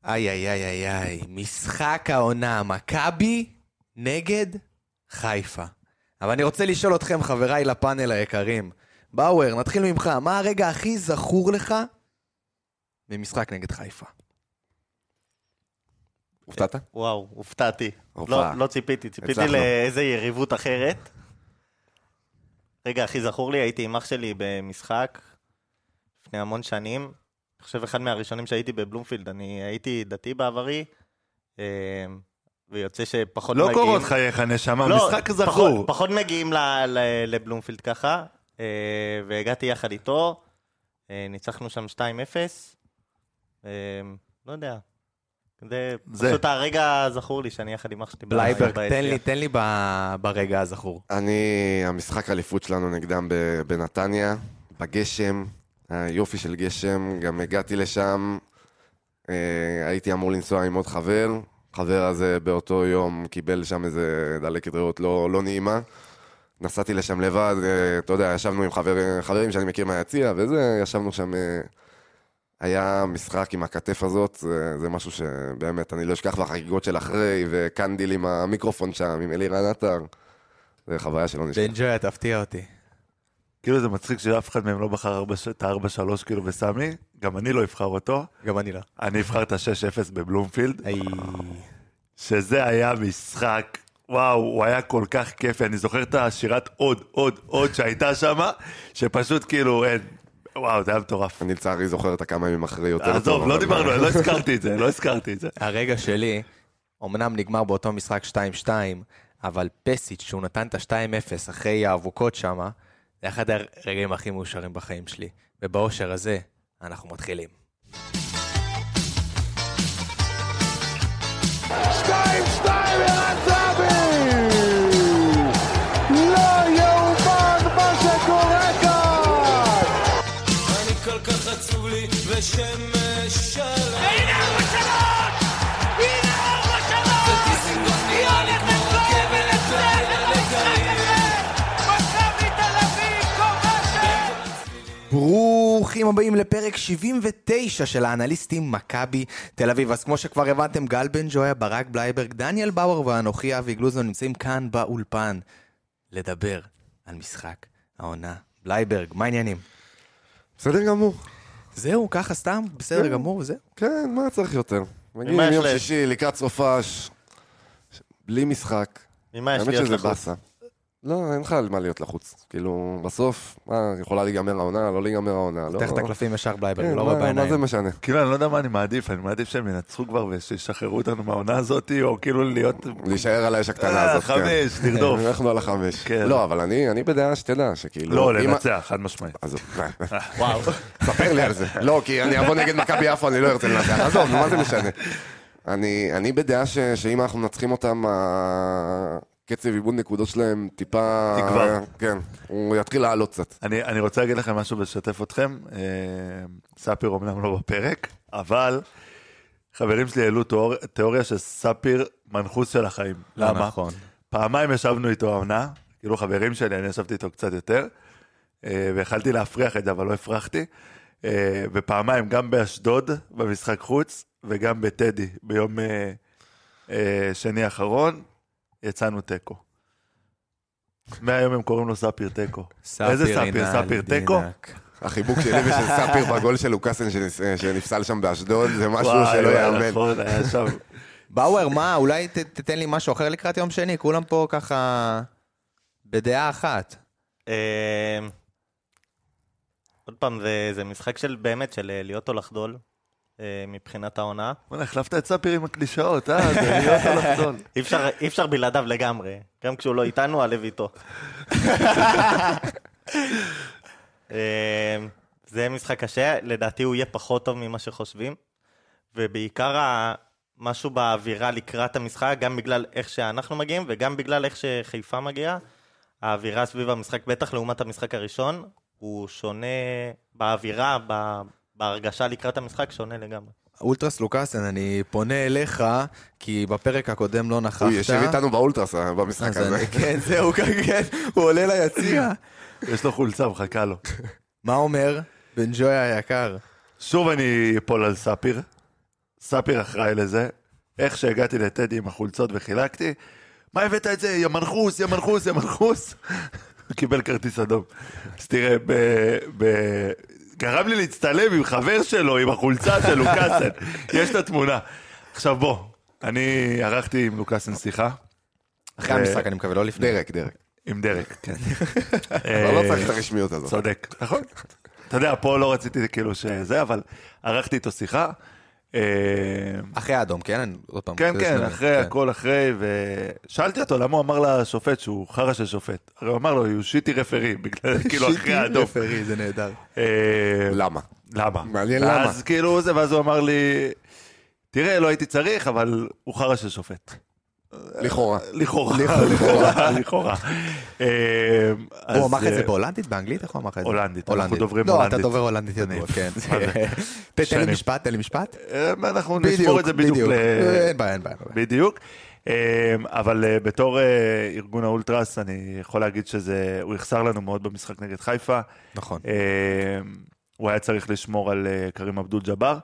איי, איי, איי, איי, איי. משחק העונה, מכבי נגד חיפה. אבל אני רוצה לשאול אתכם, חבריי לפאנל היקרים. באואר, נתחיל ממך. מה הרגע הכי זכור לך במשחק נגד חיפה? הופתעת? וואו, הופתעתי. הופעה. לא ציפיתי הצלחנו. לאיזה יריבות אחרת. רגע, הכי זכור לי, הייתי עם אח שלי במשחק לפני המון שנים. אני חושב אחד מהראשונים שהייתי בבלומפילד, אני הייתי דתי בעברי, ויוצא שפחות לא מגיעים... קורות חייך, נשמה, לא, משחק זכור. פחות מגיעים לבלומפילד ככה, והגעתי יחד איתו, ניצחנו שם 2-0, לא יודע. זה פשוט הרגע הזכור לי שאני יחד עם אח שלי. בלייברג, תן לי ברגע הזכור. המשחק האליפות שלנו נגדם בנתניה, בגשם, היופי של גשם, גם הגעתי לשם, הייתי אמור לנסוע עם עוד חבר הזה באותו יום קיבל שם איזה דלקת ריאות לא נעימה, נסעתי לשם לבד, אתה יודע, ישבנו עם חברים שאני מכיר מהיציע וזה, ישבנו שם, היה משחק עם הכתף הזאת, זה משהו שבאמת אני לא אשכח, והחגיגות של אחרי, וקנדיל עם המיקרופון שם, עם אלירן עטר, זה חוויה שלא נשכח. בנג'וי, תפתיע אותי. כאילו זה מצחיק שאף אחד מהם לא בחר את ה-4-3 כאילו בסמי, גם אני לא אבחר אותו. גם אני לא. אני אבחר את ה-6-0 בבלומפילד, שזה היה משחק, וואו, הוא היה כל כך כיפי, אני זוכר את השירת עוד שהייתה שם, שפשוט כאילו אין, וואו, זה היה מטורף. אני לצערי זוכר את הכמה ימים אחרי יותר טוב. עזוב, לא דיברנו, לא הזכרתי את זה. הרגע שלי, אמנם נגמר באותו משחק 2-2, אבל פסיץ' שהוא נתן את ה-2-0 אחרי האבוקות שם, זה אחד הרגעים הכי מאושרים בחיים שלי. ובאושר הזה, אנחנו מתחילים. 2-2 ערן זהבי! לא יאומן מה שקורה כאן! אני כל כך עצוב לי ושמש שלם. הנה 4-3! הנה 4-3! ודיזינגוף נראה לי כמו רכבל לילה לקריירה. מכבי תל אביב כובשת! ברוכים הבאים לפרק 79 של האנליסטים מכבי תל אביב. אז כמו שכבר הבנתם, גל בן ג'ויה, ברק בלייברג, דניאל באואר ואנוכי אבי גלוזון נמצאים כאן באולפן לדבר על משחק העונה. בלייברג, מה העניינים? בסדר גמור. זהו, ככה סתם? בסדר גמור, זהו. כן, מה צריך יותר? מגיעים יום שישי, לקראת סופש, בלי משחק. ממה יש האמת להיות שזה לחוץ? בסה. לא, אין לך על מה להיות לחוץ. כאילו, בסוף, יכולה להיגמר העונה, לא להיגמר העונה. פתח את הקלפים ישר בלייברג, כן, לא רואה מה בעיניים. זה משנה? כאילו אני לא יודע מה אני מעדיף שהם ינצחו כבר ושישחררו אותנו מהעונה הזאת, או כאילו להיות... להישאר על האש הקטנה הזאת. 5, נרדוף. אנחנו על 5. כן. לא, אבל אני בדעה שתדע שכאילו... לא, לנצח, חד משמעית. אז וואו. ספר לי על זה. לא, כי אני אבוא נגד מכבי יפו, אני לא ארצה לנצח. עזוב, מה זה משנה? אני בדעה שאם אנחנו מנצחים אותם, הקצב עיבוד נקודות שלהם טיפה... תגבר. כן, הוא יתחיל לעלות קצת. אני רוצה להגיד לכם משהו ולשתף אתכם. ספיר אומנם לא בפרק, אבל חברים שלי העלו תיאוריה שספיר מנחוס של החיים. לא למה? נכון. פעמיים ישבנו איתו העונה, כאילו חברים שלי, אני ישבתי איתו קצת יותר, והחלתי להפריח את זה, אבל לא הפרחתי. ופעמיים גם באשדוד, במשחק חוץ, וגם בטדי, ביום שני האחרון, יצאנו טקו. מהיום הם קוראים לו ספיר טקו. איזה ספיר? ספיר טקו? החיבוק שלי ושל ספיר בגול של לוקאסן שנפסל שם באשדוד, זה משהו שלא יאמן. נכון, היה שם. באואר, מה? אולי תתן לי משהו אחר לקראת יום שני? כולם פה ככה בדעה אחת. עוד פעם, זה משחק של באמת, של להיות או לחדול, מבחינת העונה. וואלה, החלפת את ספיר עם הקלישאות, זה להיות או לחדול. אי אפשר בלעדיו לגמרי. גם כשהוא לא איתנו, הלב איתו. זה משחק קשה, לדעתי הוא יהיה פחות טוב ממה שחושבים, ובעיקר משהו באווירה לקראת המשחק, גם בגלל איך שאנחנו מגיעים, וגם בגלל איך שחיפה מגיעה, האווירה סביב המשחק, בטח לעומת המשחק הראשון, הוא שונה באווירה, בהרגשה לקראת המשחק, שונה לגמרי. אולטרס לוקאסן, אני פונה אליך, כי בפרק הקודם לא נכחת. הוא יושב איתנו באולטרס במשחק הזה. כן, זהו, כן, הוא עולה ליציע. יש לו חולצה, מחכה לו. מה אומר בן ג'ויה היקר? שוב אני אפול על ספיר. ספיר אחראי לזה, איך שהגעתי לטדי עם החולצות וחילקתי, מה הבאת את זה? יא מנחוס, יא מנחוס, יא מנחוס. הוא קיבל כרטיס אדום. אז תראה, גרם לי להצטלם עם חבר שלו, עם החולצה של לוקאסן. יש את התמונה. עכשיו בוא, אני ערכתי עם לוקאסן שיחה. אחרי המשחק אני מקווה, לא לפני. דרק. עם דרק, כן. אבל לא צריך את הרשמיות הזאת. צודק, נכון. אתה יודע, פה לא רציתי כאילו שזה, אבל ערכתי איתו שיחה. אחרי האדום, כן? עוד פעם. כן, כן, אחרי, הכל אחרי, ושאלתי אותו למה הוא אמר לשופט שהוא חרא של שופט. הרי הוא אמר לו, הוא שיטי רפרי, בגלל, כאילו אחרי האדום. שיטי רפרי, זה נהדר. למה? למה? מעניין למה. אז כאילו זה, ואז הוא אמר לי, תראה, לא הייתי צריך, אבל הוא חרא של שופט. לכאורה. לכאורה. הוא אמר את זה בהולנדית, באנגלית? איך הוא אמר את זה? הולנדית, אנחנו דוברים הולנדית. לא, אתה דובר הולנדית ידוע, כן. תן לי משפט. אנחנו נשמור את זה בדיוק. אין בעיה. בדיוק. אבל בתור ארגון האולטרס, אני יכול להגיד שהוא יחסר לנו מאוד במשחק נגד חיפה. נכון. הוא היה צריך לשמור על קרים אבדול ג'אבר,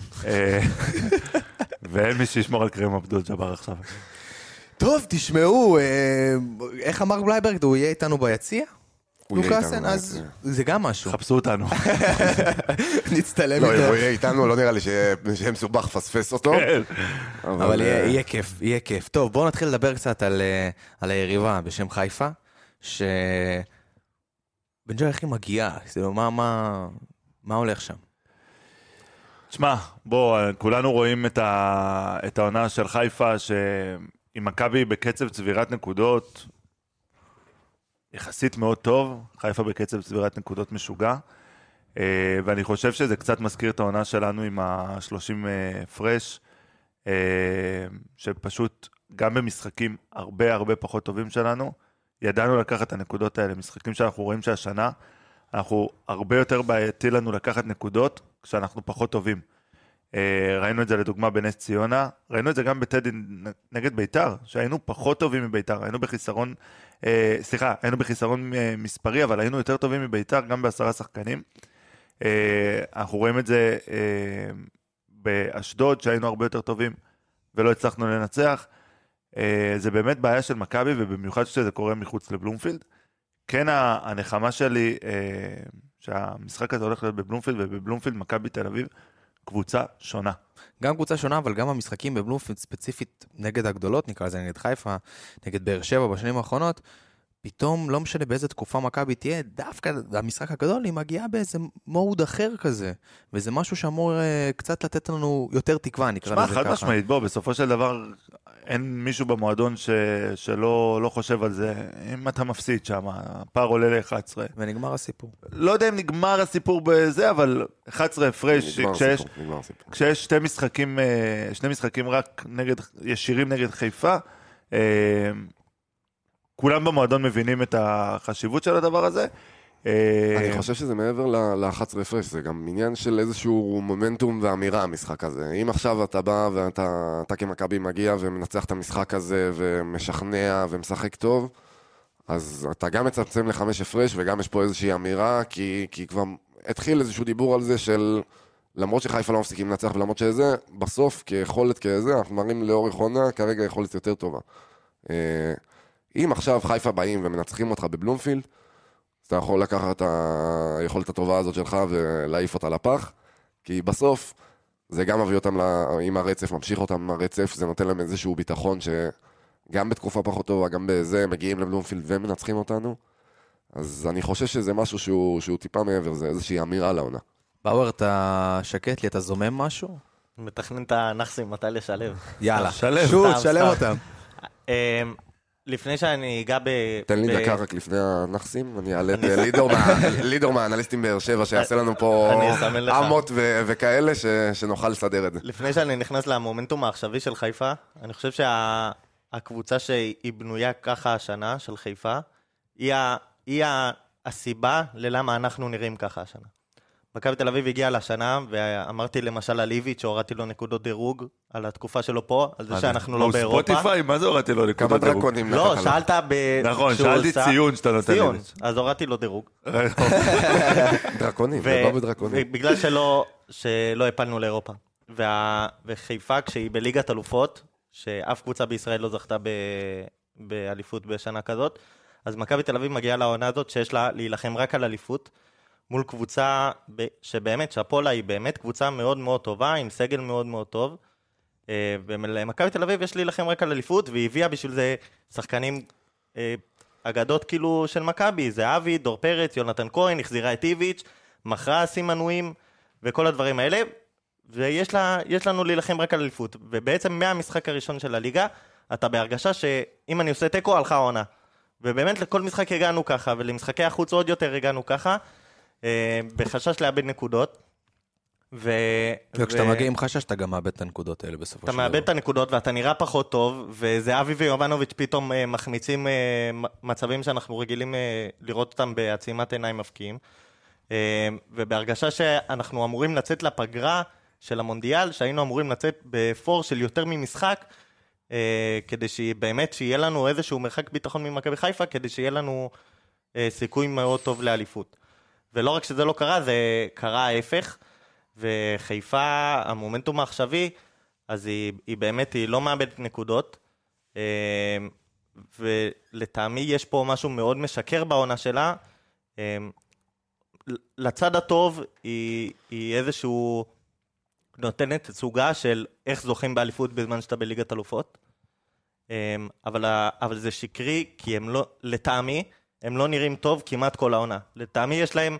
ואין מי שישמור על קרים אבדול ג'אבר עכשיו. טוב, תשמעו, איך אמר בלייברג, הוא יהיה איתנו ביציע? לוקאסן, אז זה גם משהו. חפשו אותנו. נצטלם לא, איתו. הוא יהיה איתנו, לא נראה לי שיהיה מסובך פספס אותו. אבל יהיה כיף, יהיה כיף. טוב, בואו נתחיל לדבר קצת על היריבה בשם חיפה, שבן ג'וי איך היא מגיעה, מה הולך שם? תשמע, בוא, כולנו רואים את העונה של חיפה, שעם מכבי בקצב צבירת נקודות, יחסית מאוד טוב, חיפה בקצב צבירת נקודות משוגע, ואני חושב שזה קצת מזכיר את העונה שלנו עם ה-30 פרש, שפשוט גם במשחקים הרבה פחות טובים שלנו, ידענו לקחת את הנקודות האלה, משחקים שאנחנו רואים שהשנה, אנחנו הרבה יותר בעייתי לנו לקחת נקודות כשאנחנו פחות טובים. ראינו את זה לדוגמה בנס ציונה, ראינו את זה גם בטדי נגד ביתר, שהיינו פחות טובים מביתר, היינו בחיסרון מספרי, אבל היינו יותר טובים מביתר גם ב10 שחקנים. אנחנו רואים את זה באשדוד, שהיינו הרבה יותר טובים ולא הצלחנו לנצח. זה באמת בעיה של מכבי, ובמיוחד שזה קורה מחוץ לבלומפילד. כן, הנחמה שלי, שהמשחק הזה הולך להיות בבלומפילד, ובבלומפילד מכבי תל אביב, קבוצה שונה. גם קבוצה שונה, אבל גם המשחקים בבלומפילד ספציפית נגד הגדולות, נקרא לזה נגד חיפה, נגד באר שבע בשנים האחרונות, פתאום לא משנה באיזה תקופה מכבי תהיה, דווקא המשחק הגדול היא מגיעה באיזה מוד אחר כזה, וזה משהו שאמור קצת לתת לנו יותר תקווה, נקרא לזה ככה. חד משמעית, בוא, בסופו של דבר אין מישהו במועדון שלא חושב על זה, אם אתה מפסיד שם, הפער עולה ל-11. ונגמר הסיפור. לא יודע אם נגמר הסיפור בזה, אבל 11 הפרש, כשיש שני משחקים רק ישירים נגד חיפה, כולם במועדון מבינים את החשיבות של הדבר הזה. אני חושב שזה מעבר ל-11 הפרש, זה גם עניין של איזשהו מומנטום ואמירה המשחק הזה. אם עכשיו אתה בא ואתה כמכבי מגיע ומנצח את המשחק הזה ומשכנע ומשחק טוב, אז אתה גם מצמצם ל5 הפרש וגם יש פה איזושהי אמירה, כי כבר התחיל איזשהו דיבור על זה של למרות שחיפה לא מפסיקים לנצח ולמרות שזה, בסוף כיכולת כזה, אנחנו מראים לאורך עונה כרגע יכולת יותר טובה. אם עכשיו חיפה באים ומנצחים אותך בבלומפילד, אז אתה יכול לקחת את היכולת הטובה הזאת שלך ולהעיף אותה לפח, כי בסוף זה גם מביא אותם עם הרצף, ממשיך אותם עם הרצף, זה נותן להם איזשהו ביטחון שגם בתקופה פחות טובה, גם בזה מגיעים לבלומפילד ומנצחים אותנו, אז אני חושב שזה משהו שהוא טיפה מעבר, זה איזושהי אמירה לעונה. באואר, אתה שקט לי, אתה זומם משהו? מתכנן את הנחסים, מתי לשלב. יאללה, שוט, שלב אותם. לפני שאני אגע תן לי דקה רק לפני הנחסים, אני אעלה את לידור מהאנליסטים באר שבע, שיעשה לנו פה עמות וכאלה, שנוכל לסדר את זה. לפני שאני נכנס למומנטום העכשווי של חיפה, אני חושב שהקבוצה שהיא בנויה ככה השנה, של חיפה, היא הסיבה ללמה אנחנו נראים ככה השנה. מכבי תל אביב הגיעה לשנה, ואמרתי למשל על איביץ' שהורדתי לו נקודות דירוג, על התקופה שלו פה, על זה שאנחנו לא באירופה. ספוטיפיי, מה זה הורדתי לו נקודות כמה דירוג? דרקונים לא, שאלת נכון, שאלתי ציון שאתה נותן לי. ציון, אז הורדתי לו דירוג. דרקונים, זה בא בדרקונים. בגלל שלא הפלנו לאירופה. וחיפה כשהיא בליגת אלופות, שאף קבוצה בישראל לא זכתה באליפות בשנה כזאת, אז מכבי תל אביב מגיעה לעונה הזאת שיש לה להילחם רק על אליפות, מול קבוצה שבאמת, שהפולה היא באמת קבוצה מאוד מאוד טובה, עם סגל מאוד מאוד טוב, ולמכבי תל אביב יש להילחם רק על אליפות, והיא הביאה בשביל זה שחקנים אגדות כאילו של מכבי, זה אבי, דור פרץ, יונתן כהן, החזירה את איביץ', מכרה סימנויים, וכל הדברים האלה, ויש לנו להילחם רק על אליפות, ובעצם מהמשחק הראשון של הליגה, אתה בהרגשה שאם אני עושה טקו, הלכה עונה. ובאמת לכל משחק הגענו ככה, ולמשחקי החוץ עוד יותר הגענו ככה, בחשש לאבד נקודות. וכשאתה מגיע עם חשש, אתה גם מאבד את הנקודות האלה בסופו של דבר. אתה מאבד את הנקודות, ואתה נראה פחות טוב, וזהבי ויובנוביץ' פתאום מחמיצים מצבים שאנחנו רגילים לראות אותם בעצימת עיניים מפקיעים. ובהרגשה שאנחנו אמורים לצאת לפגרה של המונדיאל, שהיינו אמורים לצאת בפור של יותר ממשחק, כדי שבאמת שיהיה לנו איזשהו מרחק ביטחון ממכבי חיפה, כדי שיהיה לנו סיכוי מאוד טוב לאליפות. ולא רק שזה לא קרה, זה קרה ההפך, וחיפה, המומנטום העכשווי, אז היא באמת, היא לא מאבדת נקודות, ולטעמי יש פה משהו מאוד משקר בעונה שלה, לצד הטוב היא איזשהו נותנת תצוגה של איך זוכים באליפות בזמן שאתה בליגת אלופות, אבל זה שקרי, כי הם לא, לטעמי, הם לא נראים טוב כמעט כל העונה. לטעמי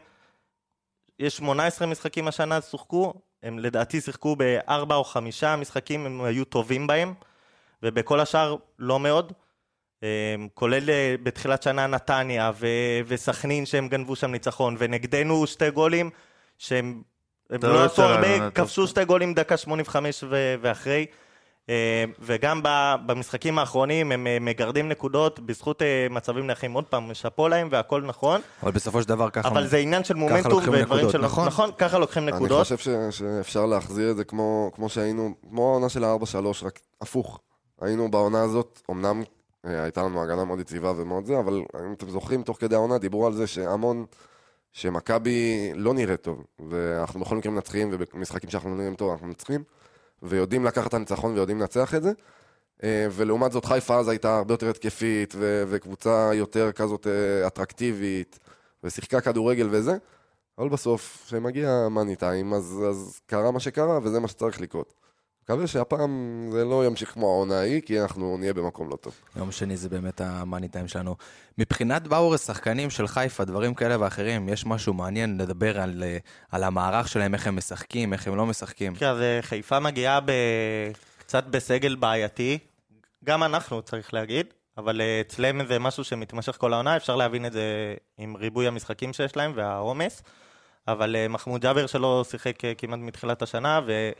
יש 18 משחקים השנה שוחקו, הם לדעתי שיחקו ב4 או 5 משחקים, הם היו טובים בהם, ובכל השאר לא מאוד, כולל בתחילת שנה נתניה וסכנין שהם גנבו שם ניצחון, ונגדנו 2 גולים שהם לא עשו הרבה, כבשו 2 גולים דקה 85 ואחרי, וגם במשחקים האחרונים הם מגרדים נקודות בזכות מצבים נייחים, עוד פעם משפו להם והכל נכון, אבל בסופו של דבר ככה, אבל זה עניין של מומנטום ודברים של נכון, ככה לוקחים נקודות. אני חושב שאפשר להחזיר את זה כמו שהיינו, כמו העונה של ה-4-3, רק הפוך. היינו בעונה הזאת, אמנם הייתה לנו הגנה מאוד יציבה ומאוד זה, אבל אם אתם זוכרים, תוך כדי העונה דיברו על זה שהמון, שמכבי לא נראה טוב, ואנחנו בכל מקרה מנצחים, ובמשחקים שאנחנו לא נראים טוב אנחנו מנצחים, ויודעים לקחת את הניצחון ויודעים לנצח את זה, ולעומת זאת חיפה אז הייתה הרבה יותר התקפית, וקבוצה יותר כזאת אטרקטיבית, ושיחקה כדורגל וזה, אבל בסוף, כשמגיע מאני טיים, אז קרה מה שקרה, וזה מה שצריך לקרות. מקווה שהפעם זה לא ימשיך כמו העונה ההיא, כי אנחנו נהיה במקום לא טוב. יום שני זה באמת המאני טיים שלנו. מבחינת באור השחקנים של חיפה, דברים כאלה ואחרים, יש משהו מעניין לדבר על המערך שלהם, איך הם משחקים, איך הם לא משחקים. כן, אז חיפה מגיעה קצת בסגל בעייתי, גם אנחנו צריך להגיד, אבל אצלם זה משהו שמתמשך כל העונה, אפשר להבין את זה עם ריבוי המשחקים שיש להם והעומס, אבל מחמוד ג'אבר שלא שיחק כמעט מתחילת השנה,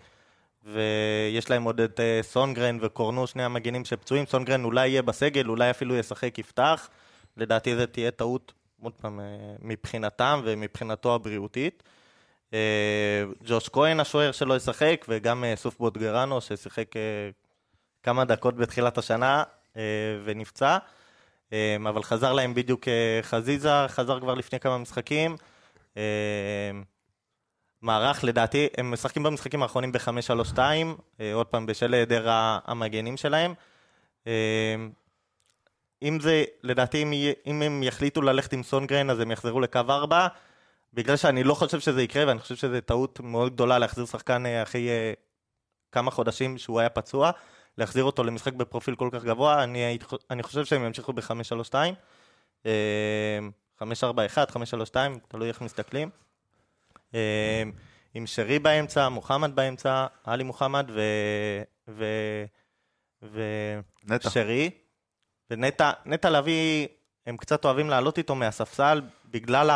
ויש להם עוד את סונגרן וקורנו, 2 המגינים שפצועים. סונגרן אולי יהיה בסגל, אולי אפילו ישחק יפתח. לדעתי זה תהיה טעות, עוד פעם, מבחינתם ומבחינתו הבריאותית. ג'וש כהן השוער שלו ישחק, וגם סוף בוטגרנו ששיחק כמה דקות בתחילת השנה ונפצע. אבל חזר להם בדיוק חזיזה, חזר כבר לפני כמה משחקים. מערך, לדעתי, הם משחקים במשחקים האחרונים ב-5-3-2, עוד פעם בשל היעדר המגנים שלהם. אם זה, לדעתי, אם הם יחליטו ללכת עם סונגרן, אז הם יחזרו לקו 4, בגלל שאני לא חושב שזה יקרה, ואני חושב שזה טעות מאוד גדולה להחזיר שחקן אחרי כמה חודשים שהוא היה פצוע, להחזיר אותו למשחק בפרופיל כל כך גבוה. אני חושב שהם ימשיכו ב-5-3-2, 5-4-1, 5-3-2, תלוי איך מסתכלים. עם שרי באמצע, מוחמד באמצע, עלי מוחמד ושרי. ונטע לוי, הם קצת אוהבים לעלות איתו מהספסל, בגלל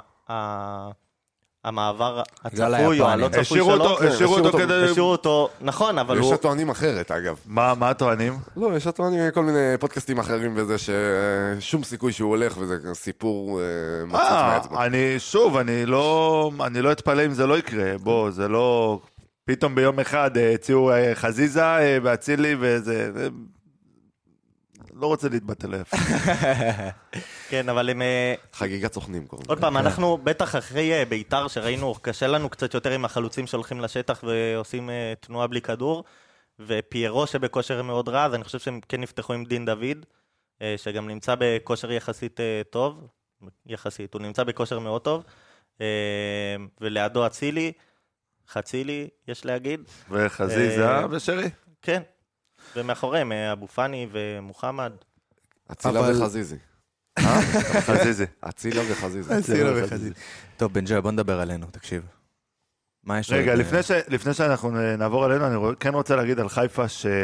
המעבר הצפוי או הלא צפוי שלו. השאירו אותו, נכון, אבל הוא... יש הטוענים אחרת, אגב. מה הטוענים? לא, יש הטוענים כל מיני פודקאסטים אחרים וזה ששום סיכוי שהוא הולך, וזה סיפור מצוץ מהעצמה. אני לא אתפלא אם זה לא יקרה. בוא, זה לא... פתאום ביום אחד הציעו חזיזה והצילי וזה... לא רוצה להתבטל איפה. כן, אבל הם... חגיגת סוכנים קוראים. עוד פעם, אנחנו בטח אחרי ביתר שראינו, קשה לנו קצת יותר עם החלוצים שהולכים לשטח ועושים תנועה בלי כדור, ופיירו שבכושר מאוד רע, אז אני חושב שהם כן נפתחו עם דין דוד, שגם נמצא בכושר יחסית טוב, יחסית, הוא נמצא בכושר מאוד טוב, ולידו אצילי, חצילי, יש להגיד. וחזיזה ושרי. כן, ומאחוריהם אבו פאני ומוחמד. אצילה אבל- וחזיזי. חזיזה. אצילה וחזיזי. אצילה וחזיזה. טוב, בן ג'וי, בוא נדבר עלינו, תקשיב. מה יש רגע, עוד? לפני שאנחנו נעבור עלינו, אני כן רוצה להגיד על חיפה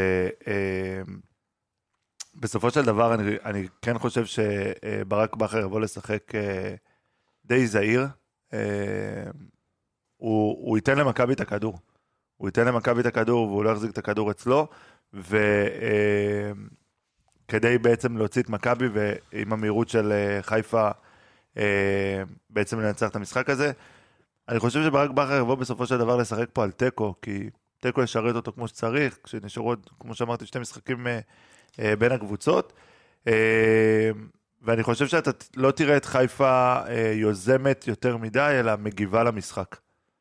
בסופו של דבר אני כן חושב שברק בכר יבוא לשחק די זהיר. הוא ייתן למכבי את הכדור. הוא ייתן למכבי את הכדור והוא לא יחזיק את הכדור אצלו, וכדי בעצם להוציא את מכבי ועם המהירות של חיפה בעצם לנצח את המשחק הזה. אני חושב שברק בכר יבוא בסופו של דבר לשחק פה על טקו, כי טקו ישרת אותו כמו שצריך, כשנשארו עוד, כמו שאמרתי, 2 משחקים בין הקבוצות, ואני חושב שאתה לא תראה את חיפה יוזמת יותר מדי, אלא מגיבה למשחק.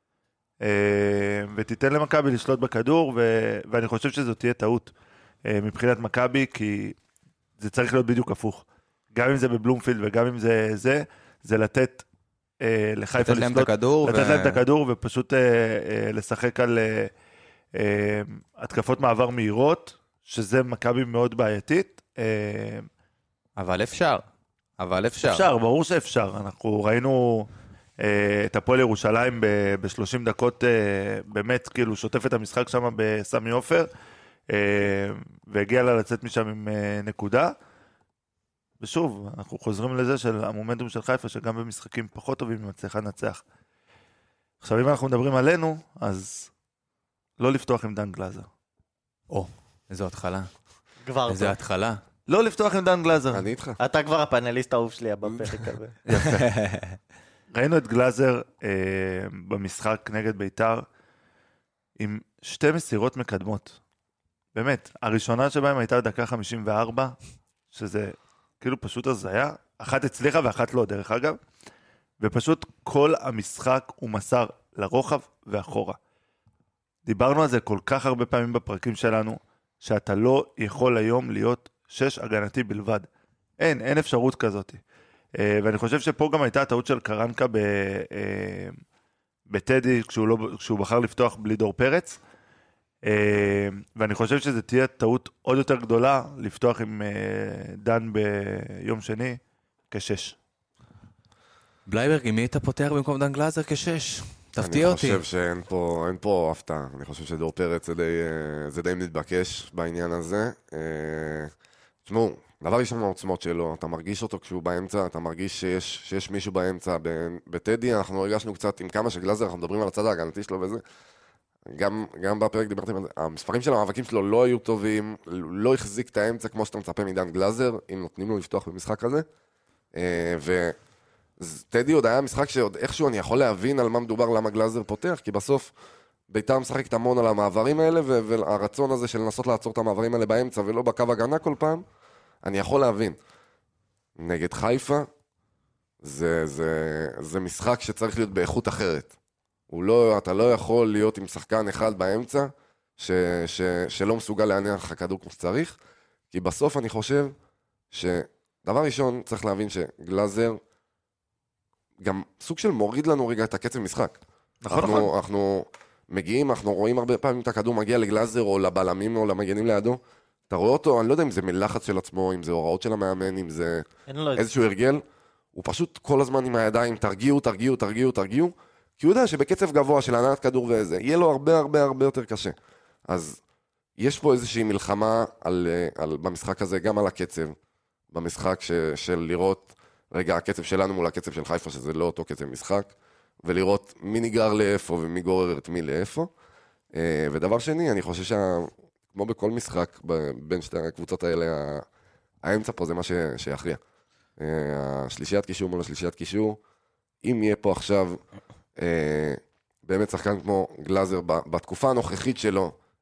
ותיתן למכבי לשלוט בכדור, ואני חושב שזו תהיה טעות מבחינת מכבי, כי זה צריך להיות בדיוק הפוך. גם אם זה בבלומפילד וגם אם זה לתת לחיפה לתת להם את הכדור. לתת להם את הכדור ופשוט לשחק על התקפות מעבר מהירות, שזה מכבי מאוד בעייתית. אבל אפשר. אפשר, ברור שאפשר. אנחנו ראינו את הפועל ירושלים ב-30 דקות, באמת כאילו שוטף את המשחק שם בסמי עופר, והגיע לה לצאת משם עם נקודה. ושוב, אנחנו חוזרים לזה של המומנטום של חיפה, שגם במשחקים פחות טובים היא מצליחה לנצח. עכשיו, אם אנחנו מדברים עלינו, אז לא לפתוח עם דן גלאזר. איזו התחלה. כבר איזו טוב. התחלה. לא לפתוח עם דן גלאזר. אני איתך. אתה כבר הפאנליסט האהוב שלי בפרק הזה. ראינו את גלאזר במשחק נגד ביתר, עם 2 מסירות מקדמות. באמת, הראשונה שבהם הייתה דקה 54, שזה כאילו פשוט הזיה, אחת הצליחה ואחת לא, דרך אגב, ופשוט כל המשחק הוא מסר לרוחב ואחורה. דיברנו על זה כל כך הרבה פעמים בפרקים שלנו, שאתה לא יכול היום להיות 6 הגנתי בלבד. אין אפשרות כזאת. ואני חושב שפה גם הייתה הטעות של קרנקה בטדי, כשהוא בחר לפתוח בלי דור פרץ, ואני חושב שזה תהיה טעות עוד יותר גדולה, לפתוח עם דן ביום שני כ6. בלייברג, עם מי היית פותח במקום דן גלאזר כ6? תפתיע אותי. אני חושב שאין פה הפתעה. אני חושב שדור פרץ זה די מתבקש בעניין הזה. תשמעו, דבר ראשון מהעוצמות שלו, אתה מרגיש אותו כשהוא באמצע, אתה מרגיש שיש מישהו באמצע. בטדי אנחנו הרגשנו קצת עם כמה שגלאזר, אנחנו מדברים על הצד ההגנתי שלו וזה. גם בפרק דיברתם על זה, המספרים של המאבקים שלו לא היו טובים, לא החזיק את האמצע כמו שאתה מצפה מדן גלאזר, אם נותנים לו לפתוח במשחק הזה. וטדי עוד היה משחק שעוד איכשהו אני יכול להבין על מה מדובר, למה גלאזר פותח, כי בסוף ביתר משחקת המון על המעברים האלה, והרצון הזה של לנסות לעצור את המעברים האלה באמצע ולא בקו הגנה כל פעם, אני יכול להבין. נגד חיפה, זה משחק שצריך להיות באיכות אחרת. אתה לא יכול להיות עם שחקן אחד באמצע, שלא מסוגל להניח לך כדור כמו שצריך, כי בסוף אני חושב שדבר ראשון צריך להבין שגלאזר גם סוג של מוריד לנו רגע את הקצב משחק. אנחנו מגיעים, אנחנו רואים הרבה פעמים את הכדור מגיע לגלאזר או לבלמים או למגנים לידו, אתה רואה אותו, אני לא יודע אם זה מלחץ של עצמו, אם זה הוראות של המאמן, אם זה איזשהו הרגל, הוא פשוט כל הזמן עם הידיים, תרגיעו, כי הוא יודע שבקצב גבוה של הנעת כדור ואיזה, יהיה לו הרבה יותר קשה. אז יש פה איזושהי מלחמה במשחק הזה, גם על הקצב, במשחק של לראות, רגע, הקצב שלנו מול הקצב של חיפה, שזה לא אותו קצב משחק, ולראות מי ניגר לאיפה ומי גורר את מי לאיפה. ודבר שני, אני חושב כמו בכל משחק בין שתי הקבוצות האלה, האמצע פה זה מה שיכריע. השלישיית קישור מול השלישיית קישור, אם יהיה פה עכשיו באמת שחקן כמו גלאזר בתקופה הנוכחית שלו,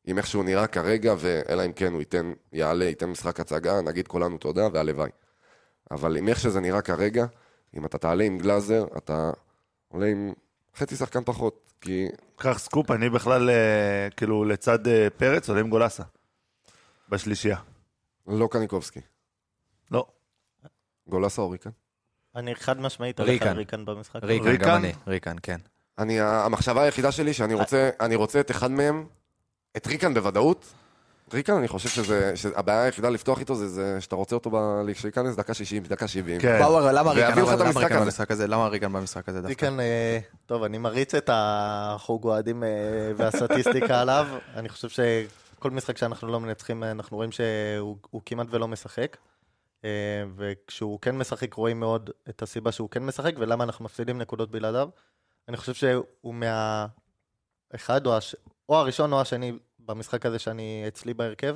עם איך שהוא נראה כרגע, ואלא אם כן הוא יעלה, ייתן משחק הצגה, נגיד כולנו תודה והלוואי. אבל עם איך שזה נראה כרגע, אם אתה תעלה עם גלאזר, אתה עולה עם חצי שחקן פחות, כי... קח סקופ, אני בכלל, כאילו, לצד פרץ, עולה עם גולסה. בשלישייה. לא קניקובסקי. לא. גולסה או ריקן? אני חד משמעית הולך ריקן. על ריקן במשחק. ריקן, גם אני. ריקן, כן. המחשבה היחידה שלי שאני רוצה את אחד מהם, את ריקן בוודאות. ריקן, אני חושב שהבעיה היחידה לפתוח איתו זה שאתה רוצה אותו שייכנס דקה 60, דקה 70. כן. באואר, למה ויביאו לך את ריקן המשחק הזה. במשחק הזה? למה ריקן במשחק הזה דווקא? ריקן, טוב, אני מריץ את החוג אוהדים והסטטיסטיקה עליו. אני חושב שכל משחק שאנחנו לא מנצחים, אנחנו רואים שהוא כמעט ולא משחק. וכשהוא כן משחק, רואים מאוד את הסיבה שהוא כן משחק, ולמה אנחנו מפסידים נקודות בלעדיו. אני חושב שהוא מהאחד או הראשון או השני במשחק הזה שאני אצלי בהרכב.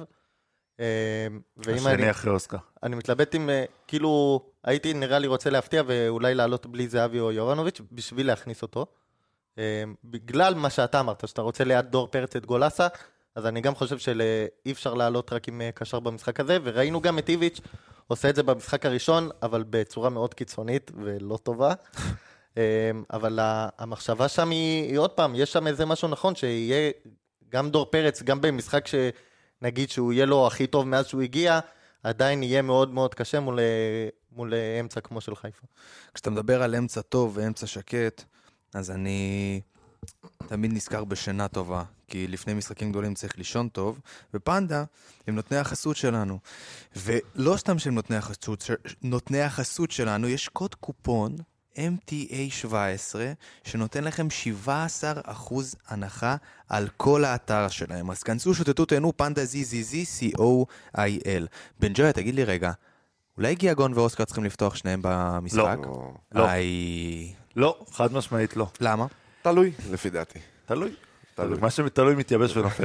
השני אחרי אוסקר. אני מתלבט עם, כאילו, הייתי נראה לי רוצה להפתיע ואולי לעלות בלי זהבי או יורנוביץ' בשביל להכניס אותו. בגלל מה שאתה אמרת, שאתה רוצה ליד דור פרץ את גולסה, אז אני גם חושב שאי אפשר לעלות רק עם קשר במשחק הזה, וראינו גם את איביץ' עושה את זה במשחק הראשון, אבל בצורה מאוד קיצונית ולא טובה. אבל המחשבה שם היא עוד פעם, יש שם איזה משהו נכון, שיהיה גם דור פרץ, גם במשחק שנגיד שהוא יהיה לו הכי טוב מאז שהוא הגיע, עדיין יהיה מאוד מאוד קשה מול אמצע כמו של חיפה. כשאתה מדבר על אמצע טוב ואמצע שקט, אז אני תמיד נזכר בשינה טובה, כי לפני משחקים גדולים צריך לישון טוב, ופנדה הם נותני החסות שלנו. ולא סתם שהם נותני החסות שלנו, יש קוד קופון MTA17, שנותן לכם 17% הנחה על כל האתר שלהם. אז כנסו, שוטטו, תהנו, פנדה ZZZCOIL. בן ג'ויה, תגיד לי רגע, אולי גיאגון ואוסקר צריכים לפתוח שניהם במשחק? לא. לא, חד משמעית לא. למה? תלוי, לפי דעתי. תלוי. מה שתלוי מתייבש ונופל.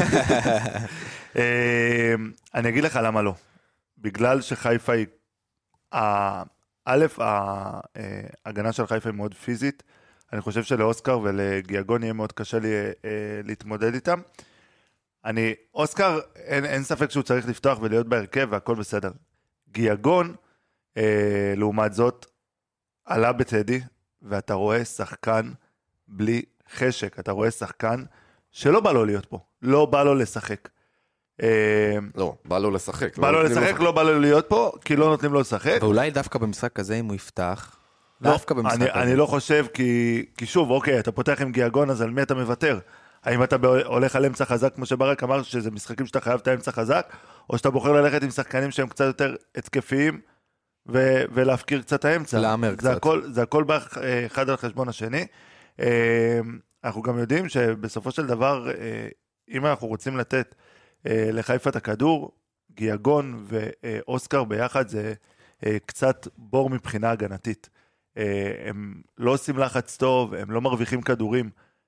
אני אגיד לך למה לא. בגלל שחיפה היא... א', ההגנה של חיפה היא מאוד פיזית. אני חושב שלאוסקר ולגיאגון יהיה מאוד קשה להתמודד איתם. אוסקר, אין ספק שהוא צריך לפתוח ולהיות בהרכב והכל בסדר. גיאגון, לעומת זאת, עלה בטדי, ואתה רואה שחקן בלי חשק. אתה רואה שחקן שלא בא לו להיות פה. לא בא לו לשחק. לא, בא לו לשחק. בא לו לשחק, לא בא לו להיות פה, כי לא נותנים לו לשחק. ואולי דווקא במשחק הזה, אם הוא יפתח, דווקא במשחק הזה. אני לא חושב, כי שוב, אוקיי, אתה פותח עם גיאגון, אז על מי אתה מוותר? האם אתה הולך על אמצע חזק, כמו שברק אמר, שזה משחקים שאתה חייב את האמצע חזק, או שאתה בוחר ללכת עם שחקנים שהם קצת יותר התקפיים, ולהפקיר קצת האמצע. לאמר קצת. זה הכל אחד על חשבון השני. אנחנו גם יודעים שבסופו של דבר, אם אנחנו רוצים לתת לחיפה את הכדור, גיאגון ואוסקר ביחד זה קצת בור מבחינה הגנתית. הם לא עושים לחץ טוב, הם לא מרוויחים כדורים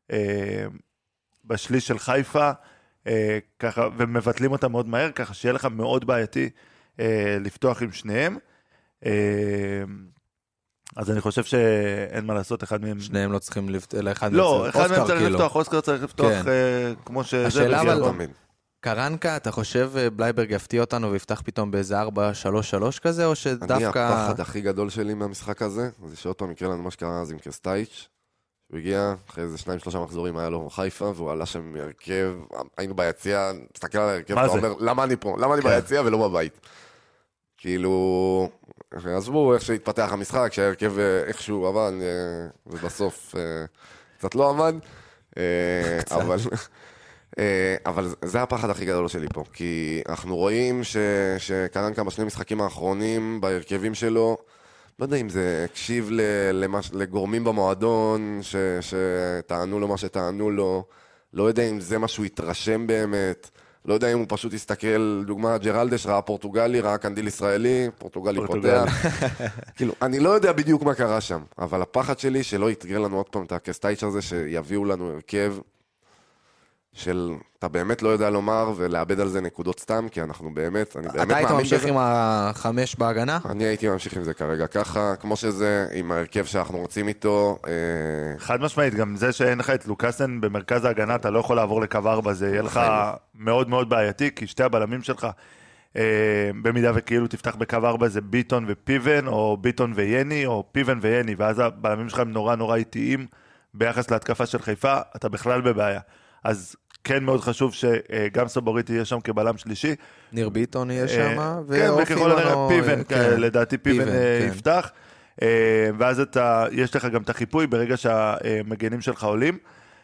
בשליש של חיפה, ככה, ומבטלים אותם מאוד מהר, ככה שיהיה לך מאוד בעייתי לפתוח עם שניהם. אז אני חושב שאין מה לעשות, אחד מהם... שניהם לא צריכים לפתוח, לא, אחד מהם צריך לפתוח, אוסקר צריך לפתוח כמו שזה... השאלה אבל... תמיד. קרנקה, אתה חושב בלייברג יפתיע אותנו ויפתח פתאום באיזה 4-3-3 כזה, או שדווקא... הפחד הכי גדול שלי מהמשחק הזה, זה שעוד פעם יקרה לנו מה שקרה אז עם קרסטייץ', הוא הגיע, אחרי איזה 2-3 מחזורים היה לו חיפה, והוא עלה שם מהרכב, היינו ביציע, תסתכל על הרכב, אתה אומר, למה אני פה? למה אני ביציע ולא בבית? כאילו, עזבו איך שהתפתח המשחק, שההרכב איכשהו עבד, ובסוף קצת לא עבד, אבל זה הפחד הכי גדול שלי פה, כי אנחנו רואים שקרנקה בשני משחקים האחרונים בהרכבים שלו, לא יודע אם זה הקשיב לגורמים במועדון שטענו לו מה שטענו לו, לא יודע אם זה משהו התרשם באמת, לא יודע אם הוא פשוט הסתכל, דוגמה ג'רלדש ראה פורטוגלי, ראה קנדיל ישראלי, פורטוגלי פותח. כאילו, אני לא יודע בדיוק מה קרה שם, אבל הפחד שלי שלא יתגרה לנו עוד פעם את הקסטייץ' הזה, שיביאו לנו הרכב של אתה באמת לא יודע לומר ולאבד על זה נקודות סתם, כי אנחנו באמת, אני באמת אתה היית מאמין ממשיך בזה. עם החמש בהגנה? אני הייתי ממשיך עם זה כרגע ככה, כמו שזה, עם ההרכב שאנחנו רוצים איתו. חד משמעית, גם זה שאין לך את לוקאסן במרכז ההגנה, אתה לא יכול לעבור לקו 4, זה יהיה לך מאוד מאוד בעייתי, כי שתי הבלמים שלך, במידה וכאילו תפתח בקו 4 זה ביטון ופיבן, או ביטון ויני, או פיבן ויני, ואז הבלמים שלך הם נורא נורא איטיים ביחס להתקפה של חיפה, אתה בכלל בבעיה. אז כן מאוד חשוב שגם סבורית יהיה שם כבלם שלישי. ניר ביטון יהיה שם, כן, וככל הנראה פיבן, לדעתי פיבן יפתח. ואז יש לך גם את החיפוי ברגע שהמגנים שלך עולים.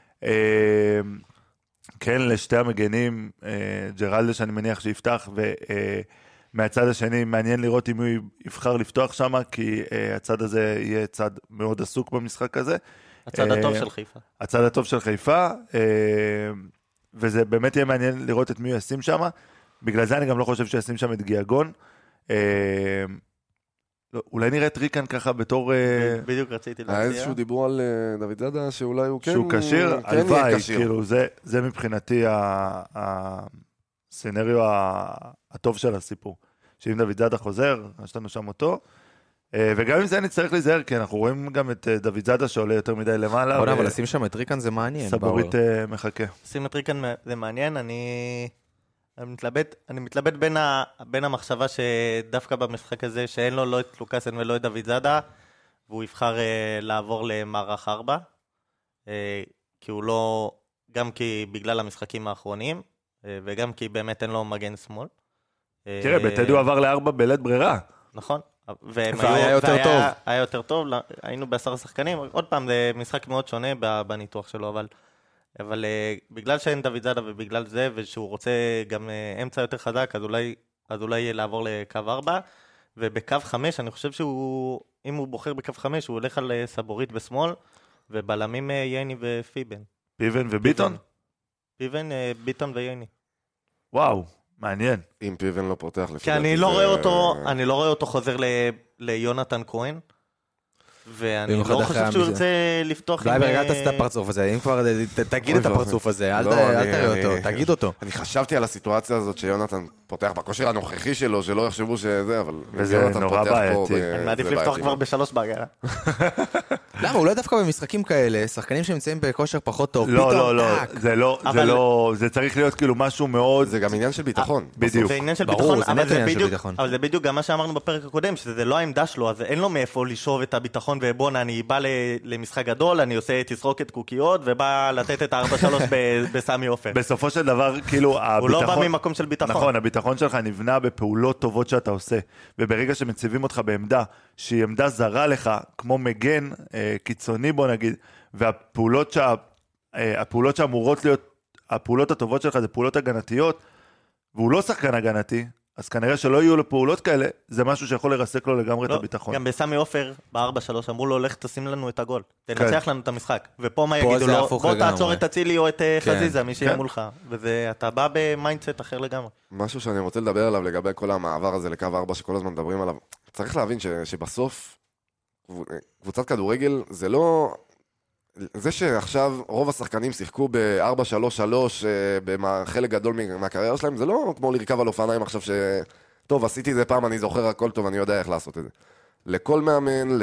כן, לשתי המגנים, ג'רלדה שאני מניח שיפתח, ומהצד השני מעניין לראות אם הוא יבחר לפתוח שם, כי הצד הזה יהיה צד מאוד עסוק במשחק הזה. הצד הטוב של חיפה. הצד הטוב של חיפה, וזה באמת יהיה מעניין לראות את מי הוא ישים שם. בגלל זה אני גם לא חושב שישים שם את גיאגון. אולי נראה את ריקן ככה בתור... בדיוק רציתי היה להציע. איזשהו דיבור על דוד זאדה שאולי הוא כן... שהוא קשיר, כן יהיה הלוואי, קשיר. כאילו, זה מבחינתי הסצנריו הטוב של הסיפור. שאם דוד זאדה חוזר, יש לנו שם אותו, וגם עם זה נצטרך להיזהר, כי אנחנו רואים גם את דוד זאדה שעולה יותר מדי למעלה. בוא אבל לשים שם את ריקן זה מעניין. סבורית מחכה. שים את ריקן זה מעניין, אני מתלבט בין המחשבה שדווקא במשחק הזה שאין לו לא את לוקאסן ולא את דוד זאדה, והוא יבחר לעבור למערך 4, כי הוא לא, גם כי בגלל המשחקים האחרונים, וגם כי באמת אין לו מגן שמאל. תראה, בטדי הוא עבר ל4 בלית ברירה. נכון. והיה יותר טוב. היה יותר טוב, היינו ב10 שחקנים, עוד פעם זה משחק מאוד שונה בניתוח שלו, אבל בגלל שאין דוד זאדה ובגלל זה, ושהוא רוצה גם אמצע יותר חזק, אז אולי לעבור לקו 4, ובקו 5 אני חושב אם הוא בוחר בקו 5, הוא הולך על סבורית בשמאל, ובלמים ייני ופיבן. פיבן וביטון? פיבן, ביטון וייני. וואו, מעניין. אם פיבן לא פותח לפי... כי אני לא רואה אותו חוזר ליונתן כהן, ואני לא חושב שהוא ירצה לפתוח עם... בלייברג, אל תעשה את הפרצוף הזה, אם כבר תגיד את הפרצוף הזה, אל תראה אותו, תגיד אותו. אני חשבתי על הסיטואציה הזאת שיונתן פותח בכושר הנוכחי שלו, שלא יחשבו שזה, אבל... וזה נורא בעייתי. אני מעדיף לפתוח כבר ב3 בהגנה. למה? אולי דווקא במשחקים כאלה, שחקנים שנמצאים בכושר פחות טוב, לא, זה צריך להיות כאילו משהו מאוד... זה גם עניין של ביטחון. בדיוק. זה עניין של ברור, ביטחון, זה נטו עניין של ביטחון. אבל זה בדיוק גם מה שאמרנו בפרק הקודם, שזה לא העמדה שלו, אז אין לו מאיפה לשאוב את הביטחון, ובונה, אני בא למשחק גדול, אני עושה תסרוקת קוקיות, ובא לתת את ה-4-3 בסמי אופר. בסופו של דבר, כאילו, הוא לא בא ממקום של ביטחון. נכון, הביטחון שלך נבנה בפעולות טובות שאתה עושה, וברגע שמציבים אותך בעמדה, שהיא עמדה זרה לך, כמו מגן קיצוני, בוא נגיד, והפעולות שאמורות להיות, הפעולות הטובות שלך זה פעולות הגנתיות, והוא לא שחקן הגנתי, אז כנראה שלא יהיו לו פעולות כאלה, זה משהו שיכול לרסק לו לגמרי את הביטחון. גם בסמי אופר, ב-4-3, אמרו לו, לך תשים לנו את הגול, תנצח לנו את המשחק. ופה מה יגידו לו, בוא תעצור את אצילי או את חזיזה, מי שיהיה מולך. ואתה בא במיינדסט אחר לגמרי. משהו שאני רוצה לדבר עליו לגבי כל המעבר הזה לקו 4 שכל הזמן מדברים עליו, צריך להבין שבסוף קבוצת כדורגל זה לא... זה שעכשיו רוב השחקנים שיחקו ב-4-3-3 בחלק גדול מהקריירה שלהם, זה לא כמו לרכב על אופניים עכשיו טוב, עשיתי את זה פעם, אני זוכר הכל טוב, אני יודע איך לעשות את זה. לכל מאמן,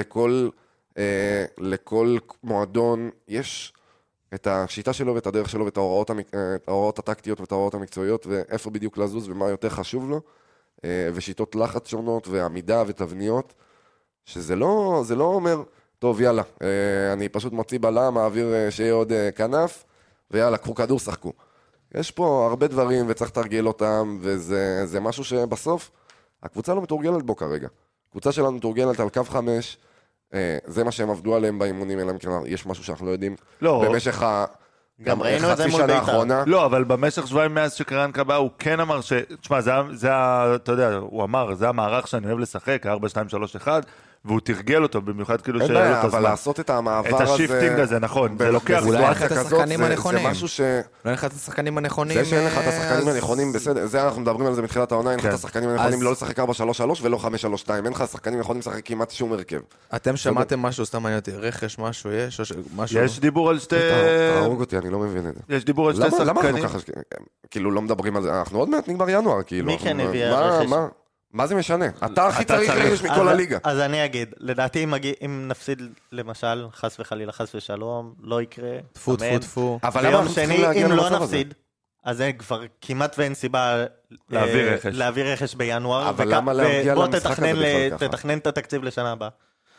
לכל מועדון, יש את השיטה שלו ואת הדרך שלו ואת ההוראות הטקטיות ואת ההוראות המקצועיות, ואיפה בדיוק לזוז ומה יותר חשוב לו, ושיטות לחץ שונות ועמידה ותבניות, שזה לא אומר... טוב, יאללה, אני פשוט מוציא בלם, מעביר שיהיה עוד כנף, ויאללה, קחו כדור, שחקו. יש פה הרבה דברים וצריך תרגל אותם, וזה משהו שבסוף הקבוצה לא מתורגלת בו כרגע. הקבוצה שלנו מתורגלת על קו 5, זה מה שהם עבדו עליהם באימונים, אלא מכן יש משהו שאנחנו לא יודעים. לא. במשך גם ראינו את זה חצי מול שנה בית"ר. האחרונה. לא, אבל במשך שבועיים מאז שקרן קבע, הוא כן אמר תשמע, אתה יודע, הוא אמר, זה המערך שאני אוהב לשחק, 4-2-3-1, והוא תרגל אותו, במיוחד כאילו אין שהיה לו בעיה, את אבל הזמן. לעשות את המעבר את הזה... השיפטינג הזה, נכון, זה לוקח אולי זמן. אחד בסיטואציה השחקנים כזאת, הנכונים. זה משהו ש... לא נכנס לשחקנים הנכונים. זה שאין לך את השחקנים אז- הנכונים, בסדר, זה אנחנו מדברים על זה מתחילת העונה, אין לך כן. את השחקנים הנכונים אז- לא לשחק 4-3-3 ולא 5-3-2, אין לך שחקנים יכולים לשחק כמעט שום הרכב. אתם שמעתם משהו, סתם מעניין אותי, רכש משהו יש? או משהו? יש דיבור על שתי... תהרוג אותי, אני לא מבין את זה. יש דיבור על שתי למה אנחנו שחקנים. ככה, כאילו לא מדברים על זה, אנחנו עוד מעט נגמר ינואר, כאילו. מי כן אנחנו- הביא מה- רכש? מה זה משנה? אתה הכי אתה צריך צריך. רכש מכל הליגה. אז אני אגיד, לדעתי אם נפסיד למשל, חס וחלילה, חס ושלום, לא יקרה. טפו אמן. טפו טפו. אבל למה ביום אנחנו צריכים שני, להגיע אם לא למצב הזה? נפסיד, אז אין כבר כמעט ואין סיבה להביא רכש. להביא רכש בינואר. אבל למה להגיע ובוא למשחק הזה בכלל ככה? תתכנן את התקציב לשנה הבאה.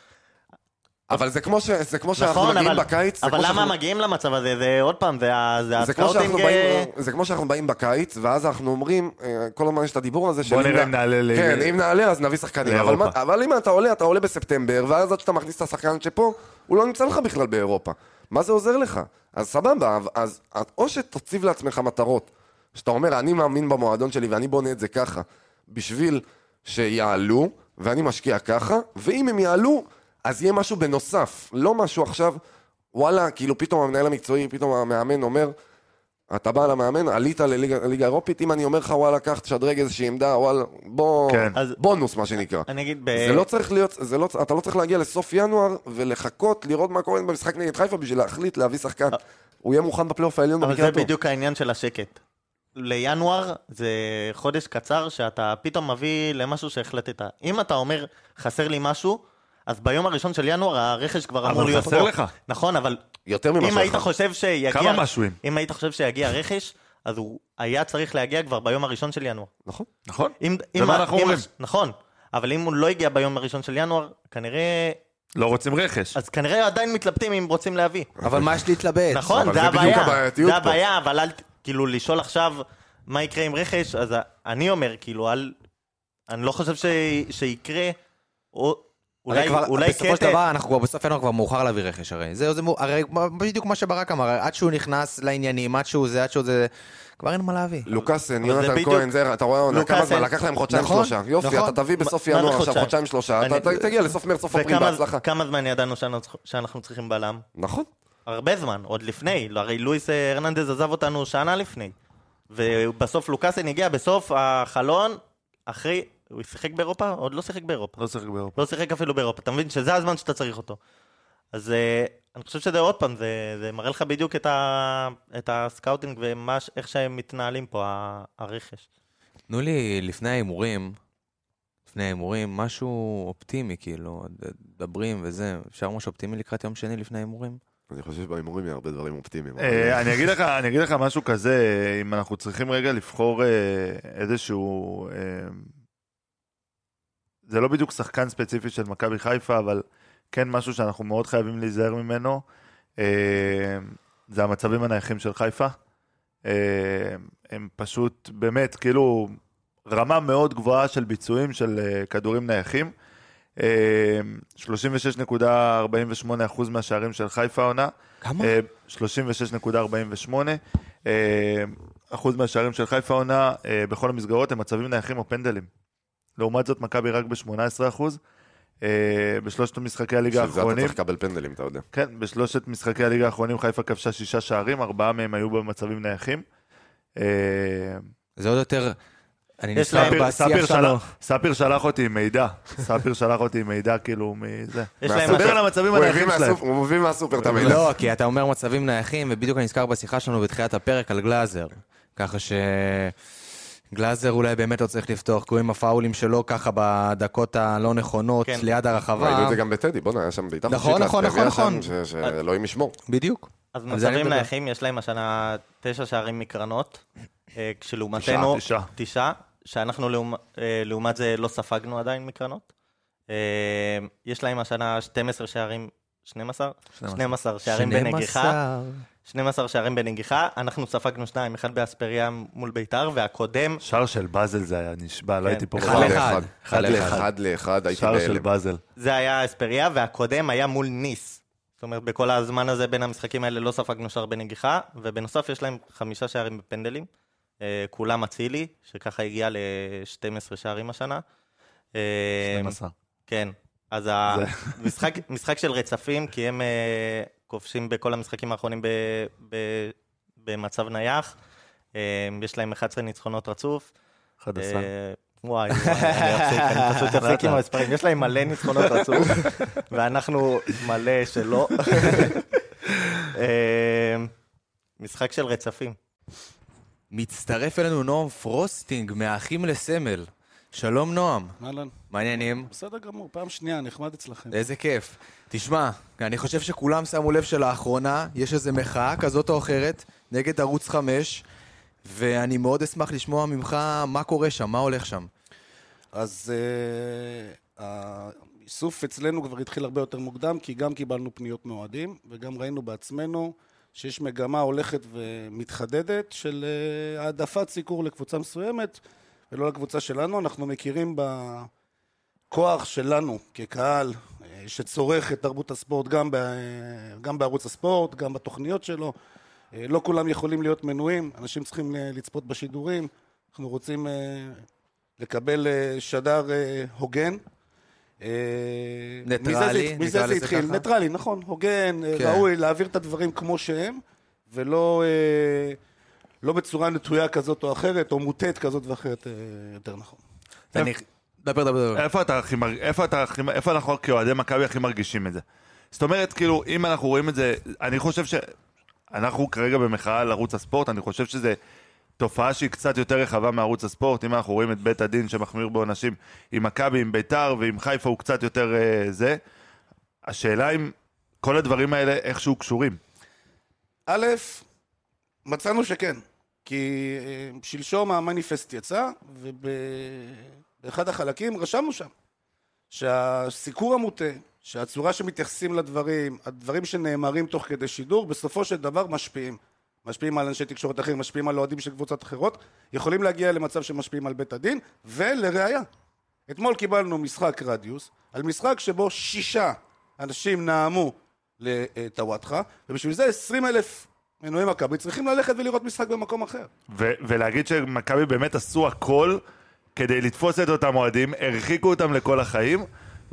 אבל זה כמו שאנחנו נכון, מגיעים בקיץ, זה אבל כמו למה שאנחנו- מגיעים למצב הזה? זה עוד פעם, זה זה כמו שאנחנו הסקאוטינג... באים- זה כמו שאנחנו באים בקיץ, ואז אנחנו אומרים, כל הזמן יש את הדיבור הזה של... בוא אם נראה נ- אם נעלה כן, אם נעלה אז נביא שחקנים. אבל לאירופה. אבל אם אתה עולה בספטמבר, ואז עד שאתה מכניס את השחקן שפה, הוא לא נמצא לך בכלל באירופה. מה זה עוזר לך? אז סבבה, אז או שתציב לעצמך מטרות, שאתה אומר, אני מאמין במועדון שלי ואני בונה את זה ככה, בשביל שיעלו, ואני משקיע ככה, ואם הם יעלו, אז יהיה משהו בנוסף, לא משהו עכשיו, וואלה, כאילו פתאום המנהל המקצועי, פתאום המאמן אומר, אתה בא למאמן, עלית לליגה אירופית, אם אני אומר לך, וואלה, קח, תשדרג איזושהי עמדה, וואלה, בוא, כן. אז- בונוס, מה שנקרא. אני אגיד, זה לא צריך להיות, אתה לא צריך להגיע לסוף ינואר, ולחכות, לראות מה קורה במשחק נגד חיפה, בשביל להחליט, להביא שחקן. הוא יהיה מוכן בפלייאוף העליון אבל במקרה זה הטוב. בדיוק העניין של השקט. לינואר זה חודש קצר שאתה פתאום מביא למשהו שהחלטת. אם אתה אומר, חסר לי משהו, אז ביום הראשון של ינואר הרכש כבר אמור להיות פה. חסר לך. נכון, אבל יותר ממשהו אם היית אחד. חושב שיגיע... כמה משואים. אם היית חושב שיגיע רכש, אז הוא היה צריך להגיע כבר ביום הראשון של ינואר. נכון. נכון? אם, זה מה אנחנו אומרים. נכון, אבל אם הוא לא הגיע ביום הראשון של ינואר, כנראה... לא רוצים רכש. אז כנראה עדיין מתלבטים אם רוצים להביא. אבל מה יש להתלבט? נכון, אבל זה זה בדיוק הבעיה. הבעייתיות זה פה. הבעיה, אבל אל... כאילו, לשאול עכשיו מה יקרה עם רכש, אז אני אומר, כאילו, אני לא חושב שיקרה, או... הרי כבר, אולי בסופו של דבר, אנחנו כבר בסוף ינואר כבר מאוחר להביא רכש, הרי. הרי בדיוק מה שברק אמר, עד שהוא נכנס לעניינים, עד שהוא זה, כבר אין מה להביא. לוקאסן, אבל זה יונתן בדיוק- כהן, זה, אתה רואה עונה, כמה לוקאסן- זמן, לקח להם חודשיים נכון, שלושה. יופי, נכון. אתה תביא בסוף מה זה ינואר עכשיו חודשיים? חודשיים שלושה, אני- אתה תגיע לסוף מרץ, סוף אפריל בהצלחה. וכמה זמן ידענו שאנחנו צריכים בלם? נכון. הרבה זמן, עוד לפני. הרי לואיס הרננדז עזב אותנו שנה לפני. ובסוף לוקאסן הגיע בסוף החלון, אחרי... הוא שיחק באירופה? עוד לא שיחק באירופה. לא צריך באירופה. לא שיחק אפילו באירופה. אתה מבין שזה הזמן שאתה צריך אותו. אז אני חושב שזה עוד פעם, זה מראה לך בדיוק את הסקאוטינג ואיך שהם מתנהלים פה, הרכש. תנו לי לפני ההימורים, משהו אופטימי, כאילו, דברים וזה. אפשר משהו אופטימי לקראת יום שני לפני ההימורים? אני חושב שבהימורים יהיה הרבה דברים אופטימיים. אני אגיד לך משהו כזה, אם אנחנו צריכים רגע לבחור איזשהו... זה לא בדיוק שחקן ספציפי של מכבי חיפה, אבל כן משהו שאנחנו מאוד חייבים להיזהר ממנו, זה המצבים הנייחים של חיפה. הם פשוט באמת, כאילו, רמה מאוד גבוהה של ביצועים של כדורים נייחים. 36.48% מהשערים של חיפה עונה. כמה? 36.48%. אחוז מהשערים של חיפה עונה בכל המסגרות הם מצבים נייחים או פנדלים. לעומת זאת מכבי רק ב-18%. בשלושת משחקי הליגה שזה אתה האחרונים. צריך לקבל פנדלים, אתה יודע. כן, בשלושת משחקי הליגה האחרונים חיפה כבשה 6 שערים, 4 מהם היו במצבים נייחים. זה עוד יותר... אני יש נזכר להם- בשיח שלנו. ספיר שלח אותי עם מידע, כאילו, מזה. יש להם ספר על המצבים הוא הנייחים שלהם. הוא מביא מהסופר את המידע. לא, כי אתה אומר מצבים נייחים, ובדיוק אני נזכר בשיחה שלנו בתחילת הפרק על גלאזר. ככה גלאזר אולי באמת לא צריך לפתוח, כי הוא עם הפאולים שלו ככה בדקות הלא נכונות, כן. ליד הרחבה. ראינו את זה גם בטדי, בוא'נה, היה שם בעיטה נכון, חופשית נכון, להצביע נכון. שם, שאלוהים ישמור. בדיוק. אז על זה אני מצבים מדבר. נייחים, יש להם השנה 9 שערים מקרנות, כשלעומתנו... 9. שאנחנו לעומת זה לא ספגנו עדיין מקרנות. יש להם השנה 12 שערים... 12 שערים בנגיחה. 12 שערים בנגיחה, אנחנו ספגנו 2, אחד באספריה מול ביתר, והקודם... שער של באזל זה היה נשבע, לא הייתי פה. אחד לאחד. 1-1, הייתי שער של בהלם. באזל. זה היה אספריה, והקודם היה מול ניס. זאת אומרת, בכל הזמן הזה בין המשחקים האלה לא ספגנו שער בנגיחה, ובנוסף יש להם 5 שערים בפנדלים. כולם אצילי, שככה הגיע ל-12 שערים השנה. 12. כן. אז המשחק של רצפים, כי הם כובשים בכל המשחקים האחרונים במצב נייח. יש להם 11 ניצחונות רצוף. 11. וואי, אני פשוט אפסיק עם המספרים. יש להם מלא ניצחונות רצוף, ואנחנו מלא שלא. משחק של רצפים. מצטרף אלינו נועם פרוסטינג, מהאחים לסמל. שלום נועם. אהלן. מה העניינים? בסדר גמור, פעם שנייה, נחמד אצלכם. איזה כיף. תשמע, אני חושב שכולם שמו לב שלאחרונה יש איזו מחאה כזאת או אחרת נגד ערוץ 5, ואני מאוד אשמח לשמוע ממך מה קורה שם, מה הולך שם. אז האיסוף אצלנו כבר התחיל הרבה יותר מוקדם, כי גם קיבלנו פניות מאוהדים, וגם ראינו בעצמנו שיש מגמה הולכת ומתחדדת של העדפת סיקור לקבוצה מסוימת, ולא לקבוצה שלנו. אנחנו מכירים בכוח שלנו כקהל שצורך את תרבות הספורט גם בערוץ הספורט, גם בתוכניות שלו. לא כולם יכולים להיות מנויים, אנשים צריכים לצפות בשידורים. אנחנו רוצים לקבל שדר הוגן. ניטרלי, מזה זה התחיל, ניטרלי, נכון, הוגן, ראוי להעביר את הדברים כמו שהם, ולא בצורה נטויה כזאת או אחרת, או מוטט כזאת ואחרת, יותר נכון. דבר. איפה אנחנו כאוהדי מכבי הכי מרגישים את זה? זאת אומרת, כאילו, אם אנחנו רואים את זה, אני חושב שאנחנו כרגע במחאה על ערוץ הספורט, אני חושב שזה תופעה שהיא קצת יותר רחבה מערוץ הספורט. אם אנחנו רואים את בית הדין שמחמיר בעונשים עם מכבי, עם ביתר ועם חיפה, הוא קצת יותר זה. השאלה אם כל הדברים האלה איכשהו קשורים. א', מצאנו שכן, כי שלשום המניפסט יצא, ובאחד החלקים רשמנו שם שהסיקור המוטה, שהצורה שמתייחסים לדברים, הדברים שנאמרים תוך כדי שידור, בסופו של דבר משפיעים על אנשי תקשורת אחרים, משפיעים על אוהדים של קבוצות אחרות, יכולים להגיע למצב שמשפיעים על בית הדין, ולראיה. אתמול קיבלנו משחק רדיוס, על משחק שבו 6 אנשים נעמו לטוואטחה, ובשביל זה 20,000 מנויים מכבי צריכים ללכת ולראות משחק במקום אחר. ולהגיד שמכבי באמת עשו הכל כדי לתפוס את אותם אוהדים, הרחיקו אותם לכל החיים,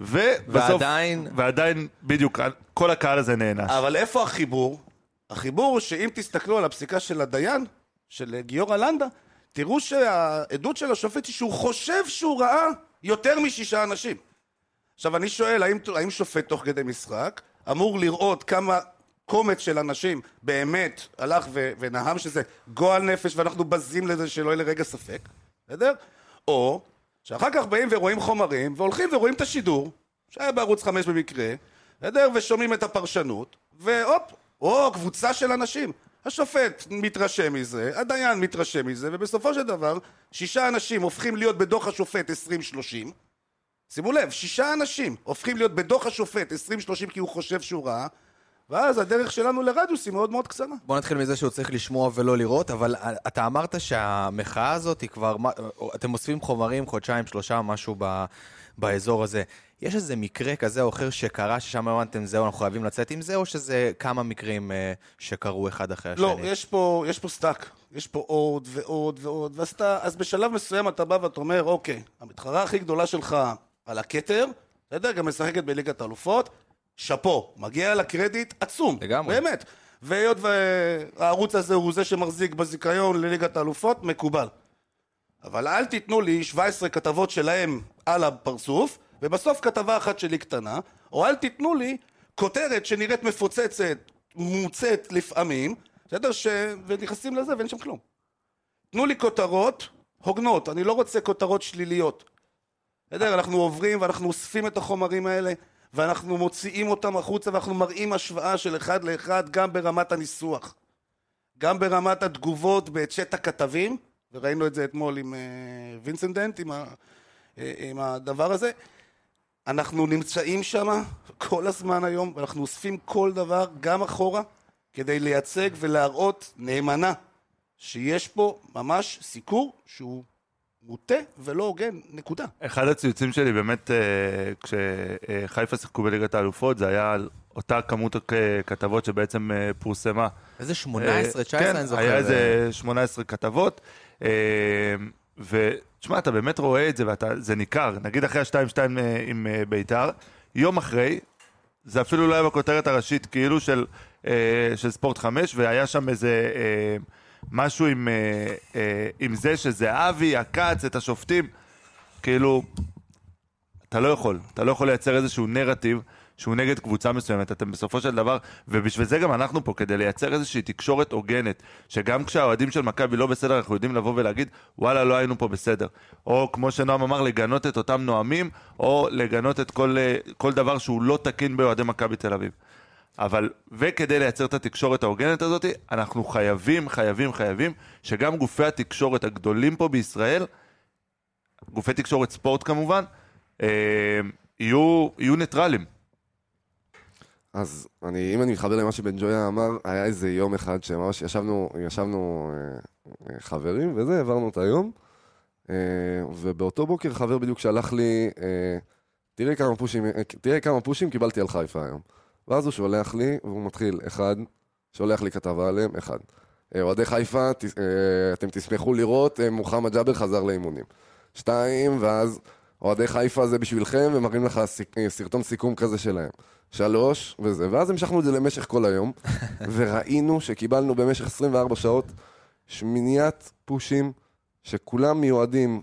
ועדיין בדיוק כל הקהל הזה נענש. אבל איפה החיבור? החיבור הוא שאם תסתכלו על הפסיקה של הדיין, של גיורא לנדה, תראו שהעדות של השופט היא שהוא חושב שהוא ראה יותר מ6 אנשים. עכשיו אני שואל, האם שופט תוך כדי משחק אמור לראות כמה קומץ של אנשים באמת הלך ונהם, שזה גועל נפש ואנחנו בזים לזה שלא יהיה לרגע ספק, בסדר? או שאחר כך באים ורואים חומרים והולכים ורואים את השידור, שהיה בערוץ 5 במקרה, בסדר? ושומעים את הפרשנות, והופ, או קבוצה של אנשים. השופט מתרשם מזה, הדיין מתרשם מזה, ובסופו של דבר 6 אנשים הופכים להיות בדוח השופט 20-30. שימו לב, 6 אנשים הופכים להיות בדוח השופט 20-30 כי הוא חושב שהוא ראה, ואז הדרך שלנו לרדיוס היא מאוד מאוד קצרה. בוא נתחיל מזה שהוא צריך לשמוע ולא לראות, אבל אתה אמרת שהמחאה הזאת היא כבר, אתם אוספים חומרים, 1-3 חודשים, משהו באזור הזה. יש איזה מקרה כזה או אחר שקרה, ששם אמרתם זהו, אנחנו חייבים לצאת עם זה, או שזה כמה מקרים שקרו אחד אחרי השני? לא, יש פה סטאק, יש פה עוד ועוד ועוד, אז בשלב מסוים אתה בא ואתה אומר, אוקיי, המתחרה הכי גדולה שלך על הכתר, בסדר, גם משחקת בליגת האלופות, שפו, מגיע לה קרדיט עצום, לגמרי. באמת. והיות והערוץ הזה הוא זה שמחזיק בזיכיון לליגת האלופות, מקובל. אבל אל תיתנו לי 17 כתבות שלהם על הפרצוף, ובסוף כתבה אחת שלי קטנה, או אל תיתנו לי כותרת שנראית מפוצצת, מוצאת לפעמים, בסדר, ונכנסים לזה ואין שם כלום. תנו לי כותרות הוגנות, אני לא רוצה כותרות שליליות. בסדר, אנחנו עוברים ואנחנו אוספים את החומרים האלה, ואנחנו מוציאים אותם החוצה, ואנחנו מראים השוואה של אחד לאחד, גם ברמת הניסוח, גם ברמת התגובות בצ'אט הכתבים, וראינו את זה אתמול עם וינסנדנט, עם הדבר הזה. אנחנו נמצאים שם כל הזמן היום, ואנחנו אוספים כל דבר, גם אחורה, כדי לייצג ולהראות נאמנה, שיש פה ממש סיקור שהוא מוטה ולא הוגן, נקודה. אחד הציוצים שלי באמת, כשחיפה שיחקו בליגת האלופות, זה היה על אותה כמות כתבות שבעצם פורסמה. איזה 18, 19 כן, אני זוכר. היה איזה 18 כתבות, ותשמע, אתה באמת רואה את זה, וזה ניכר. נגיד אחרי ה-2-2 עם ביתר, יום אחרי, זה אפילו לא היה בכותרת הראשית, כאילו של ספורט 5, והיה שם איזה משהו עם זה שזה אבי, הקץ, את השופטים, כאילו, אתה לא יכול לייצר איזשהו נרטיב, שהוא נגד קבוצה מסוימת, אתם בסופו של דבר, ובשביל זה גם אנחנו פה, כדי לייצר איזושהי תקשורת הוגנת, שגם כשהאוהדים של מכבי לא בסדר, אנחנו יודעים לבוא ולהגיד, וואלה, לא היינו פה בסדר. או כמו שנועם אמר, לגנות את אותם נועמים, או לגנות את כל דבר שהוא לא תקין באוהדי מכבי תל אביב. אבל, וכדי לייצר את התקשורת ההוגנת הזאת, אנחנו חייבים, שגם גופי התקשורת הגדולים פה בישראל, גופי תקשורת ספורט כמובן, יהיו ניטרלים. אז אם אני מתחבר למה שבן ג'ויה אמר, היה איזה יום אחד שממש ישבנו חברים וזה, עברנו את היום, ובאותו בוקר חבר בדיוק שלח לי, תראה כמה פושים קיבלתי על חיפה היום. ואז הוא שולח לי, והוא מתחיל, שולח לי כתבה עליהם, אוהדי חיפה, אתם תשמחו לראות, מוחמד ג'אבר חזר לאימונים. 2, ואז אוהדי חיפה זה בשבילכם, ומראים לך סרטון סיכום כזה שלהם. 3, וזה. ואז המשכנו את זה למשך כל היום, וראינו שקיבלנו במשך 24 שעות שמניית פושים, שכולם מיועדים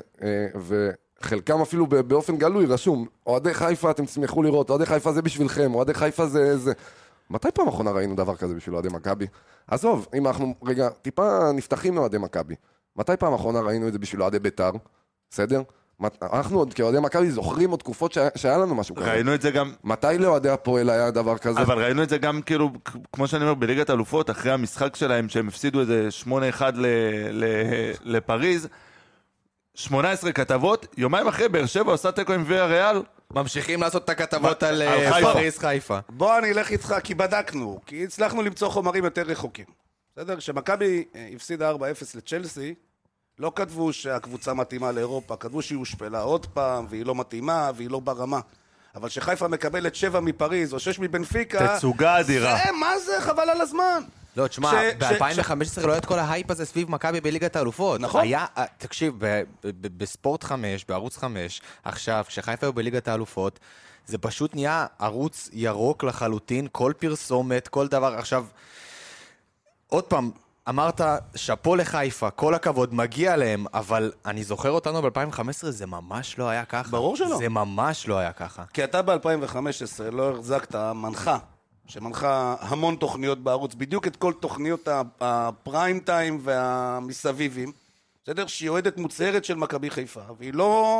וחלקם אפילו באופן גלוי רשום, אוהדי חיפה אתם תשמחו לראות, אוהדי חיפה זה בשבילכם, אוהדי חיפה זה. מתי פעם אחרונה ראינו דבר כזה בשביל אוהדי מכבי? עזוב, אם אנחנו רגע טיפה נפתחים מאוהדי מכבי, מתי פעם אחרונה ראינו את זה בשביל אוהדי בית"ר? בסדר? אנחנו עוד כאוהדי מכבי זוכרים עוד תקופות שהיה לנו משהו כזה. ראינו את זה גם... מתי לאוהדי הפועל היה דבר כזה? אבל ראינו את זה גם כאילו, כמו שאני אומר, בליגת האלופות, אחרי המשחק שלהם, שהם הפסידו איזה 8-1 לפריז, 18 כתבות, יומיים אחרי באר שבע עושה תיקו עם ויה ריאל. ממשיכים לעשות את הכתבות על פריז חיפה. בוא אני אלך איתך, כי בדקנו, כי הצלחנו למצוא חומרים יותר רחוקים. בסדר? כשמכבי הפסידה 4-0 לצ'לסי, לא כתבו שהקבוצה מתאימה לאירופה, כתבו שהיא הושפלה עוד פעם, והיא לא מתאימה, והיא לא ברמה. אבל שחיפה מקבלת 7 מפריז, או 6 מבנפיקה... תצוגה אדירה. מה זה? חבל על הזמן. לא, תשמע, ב-2015 לא היה את כל ההייפ הזה סביב מכבי בליגת האלופות. נכון. היה, תקשיב, בספורט 5, בערוץ 5, עכשיו, כשחיפה היו בליגת האלופות, זה פשוט נהיה ערוץ ירוק לחלוטין, כל פרסומת, כל דבר. עכשיו, עוד פעם, אמרת, שפו לחיפה, כל הכבוד, מגיע להם, אבל אני זוכר אותנו ב-2015, זה ממש לא היה ככה. ברור שלא. זה ממש לא היה ככה. כי אתה ב-2015 לא החזקת מנחה, שמנחה המון תוכניות בערוץ, בדיוק את כל תוכניות הפריים טיים והמסביבים, בסדר? שהיא אוהדת מוצהרת של מכבי חיפה, והיא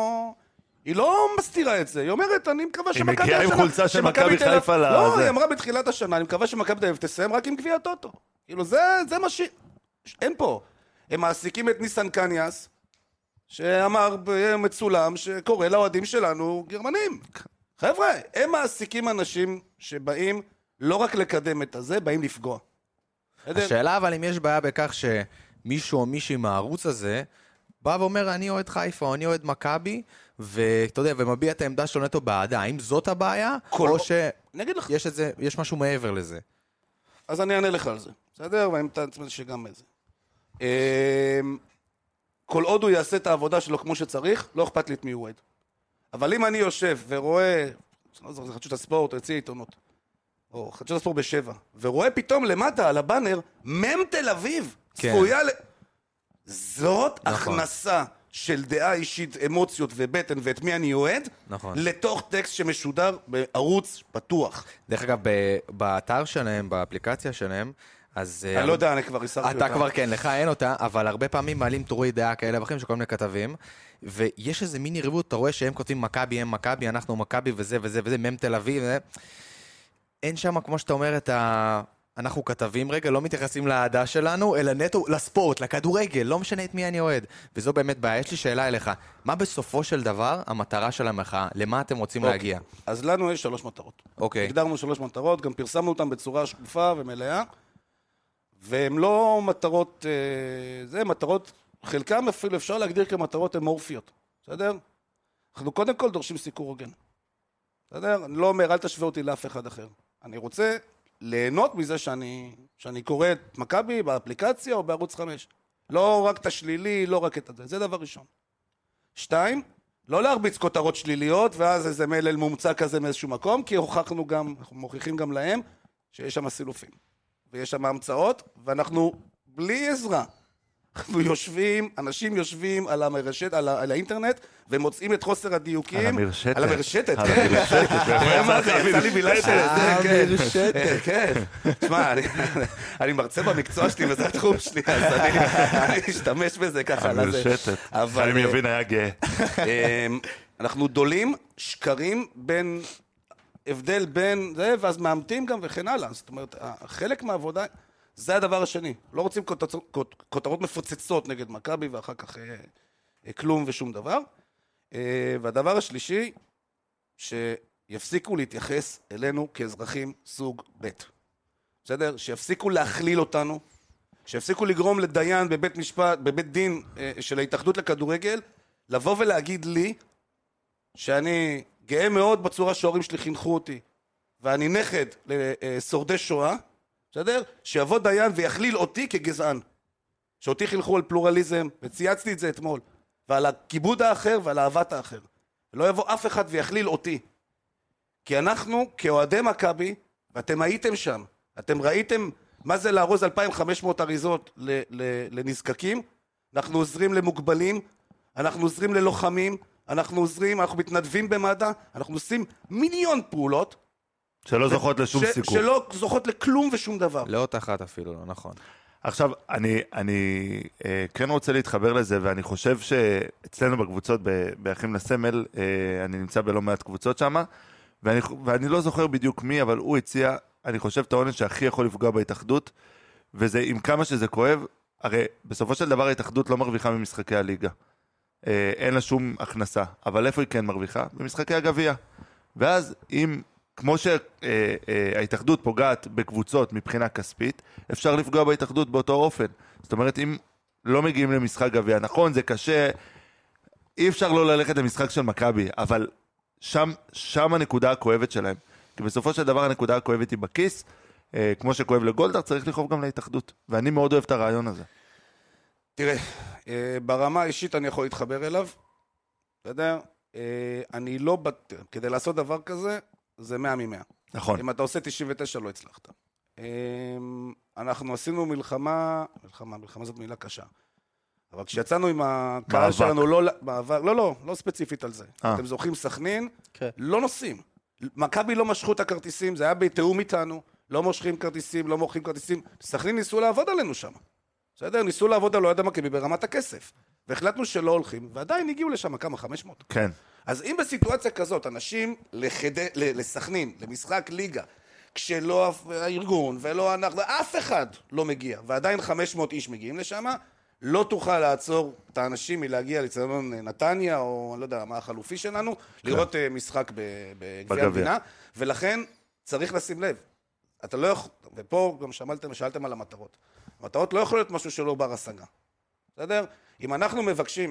לא מסתירה את זה, היא אומרת, אני מקווה שמכבי... היא מגיעה עם חולצה של מכבי חיפה לזה. לא, היא אמרה בתחילת השנה, אני מקווה שמכבי תל אביב תסיים רק עם גביע הטוטו. כאילו, זה מה אין פה. הם מעסיקים את ניסן קניאס, שאמר מצולם, שקורא לאוהדים שלנו גרמנים. חבר'ה, הם מעסיקים אנשים שבאים לא רק לקדם את הזה, באים לפגוע. השאלה אבל אם יש בעיה בכך שמישהו או מישהי מהערוץ הזה, בא ואומר, אני אוהד חיפה, או אני אוהד מכבי, ואתה יודע, ומביע את העמדה שלו נטו בעדה. האם זאת הבעיה? או שיש משהו מעבר לזה? אז אני אענה לך על זה, בסדר? ואני מתעצמד שגם איזה. כל עוד הוא יעשה את העבודה שלו כמו שצריך, לא אכפת לי את מי הוא אוהד. אבל אם אני יושב ורואה, לא זוכר, זה חדשות הספורט, או יציא עיתונות, או חדשות הספורט ב7, ורואה פתאום למטה על הבאנר, מם תל אביב, צפויה זאת הכנסה של דעה אישית, אמוציות ובטן, ואת מי אני אוהד, לתוך טקסט שמשודר בערוץ פתוח. דרך אגב, באתר שלהם, באפליקציה שלהם, אז... אני לא יודע, אני כבר הסרתי אותה. אתה כבר כן, לך אין אותה, אבל הרבה פעמים מעלים תורי דעה כאלה ואחרים שכל מיני כתבים, ויש איזה מיני ריבות, אתה רואה שהם כותבים מכבי, הם מכבי, אנחנו מכבי וזה וזה וזה, מם תל אביב, אין שם, כמו שאתה אומר, אנחנו כתבים רגע, לא מתייחסים לעדה שלנו, אלא נטו לספורט, לכדורגל, לא משנה את מי אני אוהד. וזו באמת בעיה. יש לי שאלה אליך, מה בסופו של דבר המטרה של המחאה? למה אתם רוצים להגיע? אז לנו יש 3 מטרות. הגדרנו 3 מטרות, גם פרסמנו אותן בצורה שקופה ומלאה, והן לא מטרות, זה מטרות, חלקם אפילו אפשר להגדיר כמטרות אמורפיות, בסדר? אנחנו קודם כל דורשים סיקור הוגן. בסדר? אני לא אומר, אל תשווה אותי לאף אחד אחר. אני רוצה ליהנות מזה שאני קורא את מכבי באפליקציה או בערוץ 5. לא רק את השלילי, לא רק את זה. זה דבר ראשון. 2, לא להרביץ כותרות שליליות, ואז איזה מלל מומצא כזה מאיזשהו מקום, כי אנחנו מוכיחים גם להם שיש שם סילופים. ויש שם המצאות, ואנחנו בלי עזרה. אנחנו יושבים, אנשים יושבים על המרשת, על האינטרנט, ומוצאים את חוסר הדיוקים. על המרשתת. על המרשתת, כן. מה זה, יצא לי מילה של זה, המרשתת. כן. תשמע, אני מרצה במקצוע שלי, וזה התחום שלי, אז אני אשתמש בזה ככה. המרשתת. חיים יבין היה גאה. אנחנו דולים שקרים בין, הבדל בין זה, ואז מאמתים גם וכן הלאה. זאת אומרת, חלק מהעבודה, זה הדבר השני. לא רוצים כותרות מפוצצות נגד מכבי, ואחר כך כלום ושום דבר. והדבר השלישי, שיפסיקו להתייחס אלינו כאזרחים סוג ב'. בסדר? שיפסיקו להכליל אותנו, שיפסיקו לגרום לדיין בבית משפט, בבית דין של ההתאחדות לכדורגל, לבוא ולהגיד לי שאני גאה מאוד בצורה שההורים שלי חינכו אותי, ואני נכד לשורדי שואה, בסדר? שיבוא דיין ויכליל אותי כגזען. שאותי חינכו על פלורליזם, וצייצתי את זה אתמול, ועל הכיבוד האחר ועל אהבת האחר. לא יבוא אף אחד ויכליל אותי. כי אנחנו, כאוהדי מכבי, ואתם הייתם שם, אתם ראיתם מה זה לארוז 2,500 אריזות לנזקקים, אנחנו עוזרים למוגבלים, אנחנו עוזרים ללוחמים, אנחנו מתנדבים במד"א, אנחנו עושים מיליון פעולות, שלא זוכות לשום סיכום. שלא זוכות לכלום ושום דבר. לאות אחת אפילו, לא נכון. עכשיו, אני כן רוצה להתחבר לזה, ואני חושב שאצלנו בקבוצות, באחים לסמל, אני נמצא בלא מעט קבוצות שם, ואני לא זוכר בדיוק מי, אבל הוא הציע, אני חושב, את העונש שהכי יכול לפגוע בהתאחדות, וזה עם כמה שזה כואב, הרי בסופו של דבר ההתאחדות לא מרוויחה ממשחקי הליגה. אין לה שום הכנסה, אבל איפה היא כן מרוויחה? במשחקי הגביע. ואז אם כמו שההתאחדות פוגעת בקבוצות מבחינה כספית, אפשר לפגוע בהתאחדות באותו אופן. זאת אומרת, אם לא מגיעים למשחק גביע, נכון, זה קשה, אי אפשר לא ללכת למשחק של מכבי, אבל שם הנקודה הכואבת שלהם. כי בסופו של דבר הנקודה הכואבת היא בכיס, כמו שכואב לגולדהר, צריך לכאוב גם להתאחדות. ואני מאוד אוהב את הרעיון הזה. תראה, ברמה האישית אני יכול להתחבר אליו, אתה יודע, אני לא, כדי לעשות דבר כזה, זה 100 מ-100. נכון. אם אתה עושה 99 לא הצלחת. אנחנו עשינו מלחמה זאת מילה קשה. אבל כשיצאנו עם הקהל שלנו, לא ספציפית על זה. אתם זוכרים סכנין? כן. לא נוסעים. מכבי לא משכו את הכרטיסים, זה היה בתיאום איתנו, לא מושכים כרטיסים, לא מוכרים כרטיסים. סכנין ניסו לעבוד עלינו שם. בסדר? ניסו לעבוד על אוהד המכבי ברמת הכסף. והחלטנו שלא הולכים, ועדיין הגיעו לשם כמה 500. כן. אז אם בסיטואציה כזאת, אנשים לסכנין, למשחק ליגה, כשלא הארגון ולא אנחנו, אף אחד לא מגיע, ועדיין 500 איש מגיעים לשם, לא תוכל לעצור את האנשים מלהגיע לצדון נתניה, או אני לא יודע מה החלופי שלנו, לראות משחק בגביע המדינה, ולכן צריך לשים לב. אתה לא יכול, ופה גם שאלתם על המטרות. המטרות לא יכולות להיות משהו שלא בר השגה. בסדר? אם אנחנו מבקשים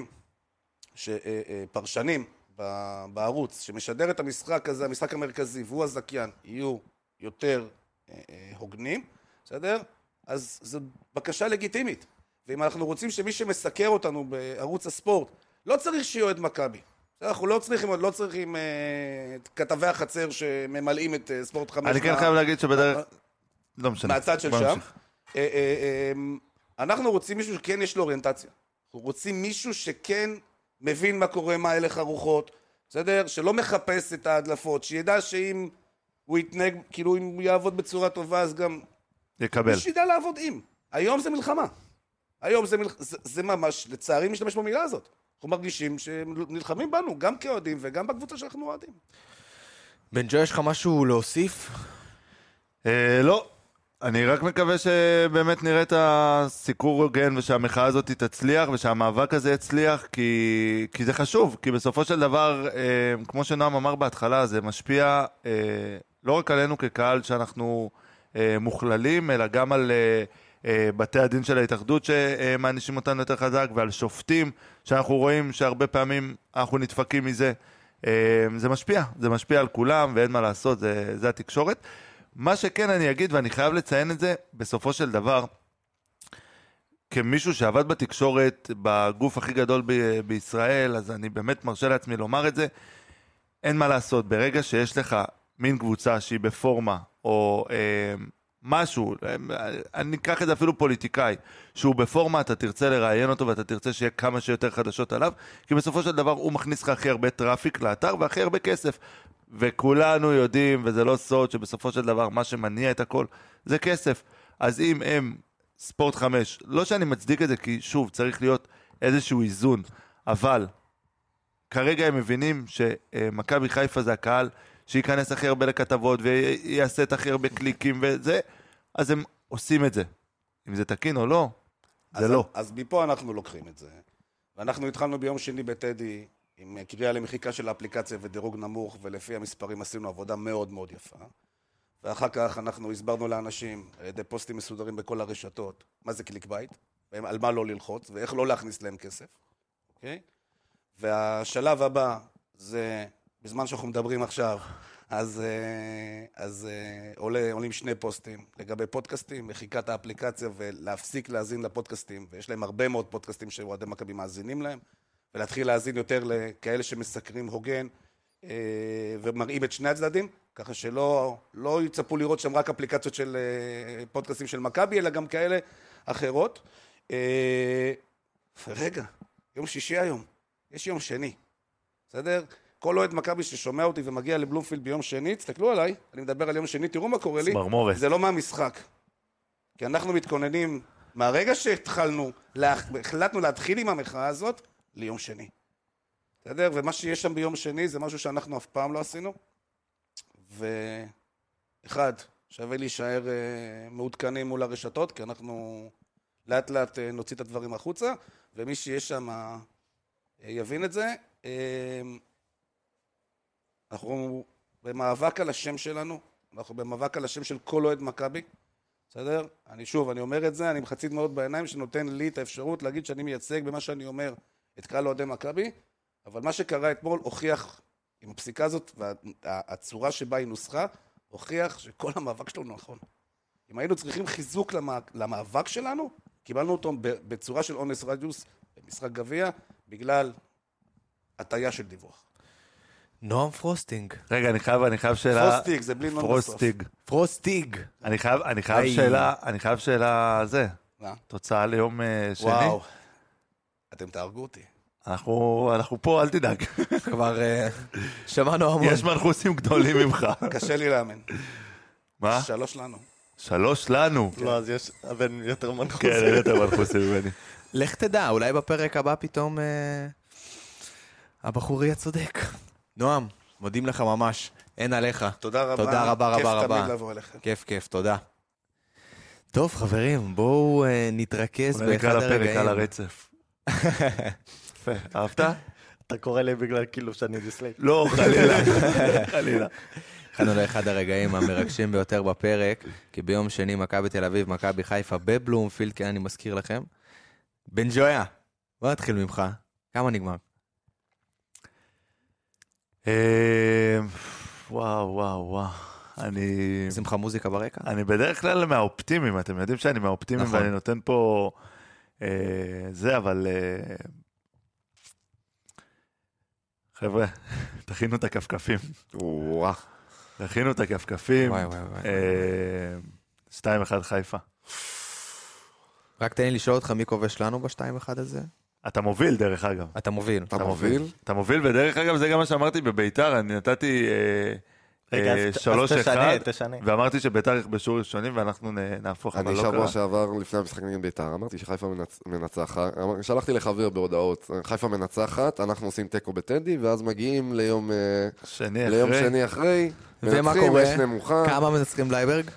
שפרשנים בערוץ שמשדר את המשחק הזה, המשחק המרכזי, והוא הזכיין, יהיו יותר הוגנים, בסדר? אז זו בקשה לגיטימית. ואם אנחנו רוצים שמי שמסקר אותנו בערוץ הספורט, לא צריך שיהיה אוהד מכבי. אנחנו לא צריכים כתבי החצר שממלאים את ספורט 5. אני כן חייב להגיד שבדרך, לא משנה. מהצד של שם. אנחנו רוצים מישהו שכן יש לו אוריינטציה. אנחנו רוצים מישהו שכן מבין מה קורה, מה הלך הרוחות, בסדר? שלא מחפש את ההדלפות, שידע שאם הוא יתנהג, כאילו אם הוא יעבוד בצורה טובה, אז גם יקבל. שידע לעבוד עם. היום זה מלחמה. היום זה ממש, לצערי משתמש במילה הזאת. אנחנו מרגישים שנלחמים בנו, גם כאוהדים וגם בקבוצה שאנחנו אוהדים. בן ג'ו, יש לך משהו להוסיף? לא. אני רק מקווה שבאמת נראה את הסיקור הוגן ושהמחאה הזאת תצליח ושהמאבק הזה יצליח, כי זה חשוב, כי בסופו של דבר, כמו שנועם אמר בהתחלה, זה משפיע לא רק עלינו כקהל שאנחנו מוכללים, אלא גם על בתי הדין של ההתאחדות שמענישים אותנו יותר חזק, ועל שופטים שאנחנו רואים שהרבה פעמים אנחנו נדפקים מזה. זה משפיע על כולם ואין מה לעשות, זה התקשורת. מה שכן אני אגיד, ואני חייב לציין את זה, בסופו של דבר, כמישהו שעבד בתקשורת בגוף הכי גדול בישראל, אז אני באמת מרשה לעצמי לומר את זה, אין מה לעשות, ברגע שיש לך מין קבוצה שהיא בפורמה, או משהו, אני אקח את זה אפילו פוליטיקאי, שהוא בפורמה, אתה תרצה לראיין אותו, ואתה תרצה שיהיה כמה שיותר חדשות עליו, כי בסופו של דבר הוא מכניס לך הכי הרבה טראפיק לאתר, והכי הרבה כסף. וכולנו יודעים, וזה לא סוד, שבסופו של דבר מה שמניע את הכל, זה כסף. אז אם הם ספורט 5, לא שאני מצדיק את זה, כי שוב, צריך להיות איזשהו איזון, אבל כרגע הם מבינים שמכבי חיפה זה הקהל שייכנס הכי הרבה לכתבות ויעשה את הכי הרבה קליקים וזה, אז הם עושים את זה. אם זה תקין או לא, זה לא. אז מפה אנחנו לוקחים את זה. ואנחנו התחלנו ביום שני בטדי עם קריאה למחיקה של האפליקציה ודירוג נמוך, ולפי המספרים עשינו עבודה מאוד מאוד יפה. ואחר כך אנחנו הסברנו לאנשים, על ידי פוסטים מסודרים בכל הרשתות, מה זה קליק בייט, על מה לא ללחוץ, ואיך לא להכניס להם כסף. אוקיי? והשלב הבא זה, בזמן שאנחנו מדברים עכשיו, אז עולים שני פוסטים לגבי פודקאסטים, מחיקת האפליקציה ולהפסיק להזין לפודקאסטים, ויש להם הרבה מאוד פודקאסטים שאוהדי מכבי מאזינים להם, ולהתחיל להזין יותר לכאלה שמסקרים הוגן ומראים את שני הצדדים, ככה שלא יצפו לראות שם רק אפליקציות של פודקאסטים של מכבי, אלא גם כאלה אחרות. רגע, יום שישי היום, יש יום שני, בסדר? כל אוהד מכבי ששומע אותי ומגיע לבלומפילד ביום שני, תסתכלו עליי, אני מדבר על יום שני, תראו מה קורה לי, זה לא מהמשחק. כי אנחנו מתכוננים, מהרגע שהתחלנו, החלטנו להתחיל עם המחאה הזאת, ליום שני. בסדר? ומה שיש שם ביום שני זה משהו שאנחנו אף פעם לא עשינו. ואחד, שווה להישאר מעודכנים מול הרשתות, כי אנחנו לאט לאט נוציא את הדברים החוצה, ומי שיש שם יבין את זה. אנחנו במאבק על השם שלנו, אנחנו במאבק על השם של כל אוהד מכבי, בסדר? אני אומר את זה, אני מחצית מאוד בעיניים שנותן לי את האפשרות להגיד שאני מייצג במה שאני אומר את קהל אוהדי מכבי, אבל מה שקרה אתמול הוכיח עם הפסיקה הזאת והצורה שבה היא נוסחה, הוכיח שכל המאבק שלנו נכון. אם היינו צריכים חיזוק למאבק שלנו, קיבלנו אותו בצורה של אונס רדיוס במשחק גביע, בגלל הטעיה של דיווח. נועם פרוסטינג. רגע, אני חייב שאלה... פרוסטיג, זה בלי נון בסוף. פרוסטיג. אני חייב שאלה על זה. מה? תוצאה ליום שני. וואו. אתם תהרגו אותי. אנחנו פה, אל תדאג. כבר שמענו המון. יש מנחוסים גדולים ממך. קשה לי לאמן. מה? 3 לנו. 3 לנו. לא, אז יש הבן יותר מנחוס. כן, אין יותר מנחוסים ממני. לך תדע, אולי בפרק הבא פתאום הבחור יהיה צודק. נועם, מודים לך ממש. אין עליך. תודה רבה. תודה רבה רבה רבה. כיף תמיד לבוא אליכם. כיף, תודה. טוב, חברים, בואו נתרכז אולי באחד נקרא לפרק הרגעים. על הרצף. יפה, אהבת? אתה קורא לי בגלל כאילו שאני דיסלייק. לא, חלילה. חלילה. הכנו לאחד הרגעים המרגשים ביותר בפרק, כי ביום שני מכבי תל אביב, מכבי חיפה בבלומפילד, כן, אני מזכיר לכם. בן ג'ויה, בוא נתחיל ממך. כמה נגמר? וואו. אני... שים לך מוזיקה ברקע? אני בדרך כלל מהאופטימיים, אתם יודעים שאני מהאופטימיים, נכון. ואני נותן פה זה, אבל... חבר'ה, תכינו את הכפכפים. וואו. תכינו את הכפכפים. וואי. 2-1 חיפה. רק תן לי לשאול אותך מי כובש לנו ב-2-1 הזה? אתה מוביל דרך אגב. אתה מוביל. אתה מוביל? אתה מוביל, ודרך אגב זה גם מה שאמרתי בביתר, אני נתתי 3-1, תשנה. ואמרתי שביתר יכבשו ראשונים ואנחנו נהפוך, אבל אני לא שבוע קרה. שעבר לפני המשחק נגד ביתר, אמרתי שחיפה מנצחת, שלחתי לחבר בהודעות, חיפה מנצחת, אנחנו עושים טקו בטדי, ואז מגיעים ליום שני אחרי, ומה מנצחים, קורה? יש נמוכה. כמה מנצחים בלייברג?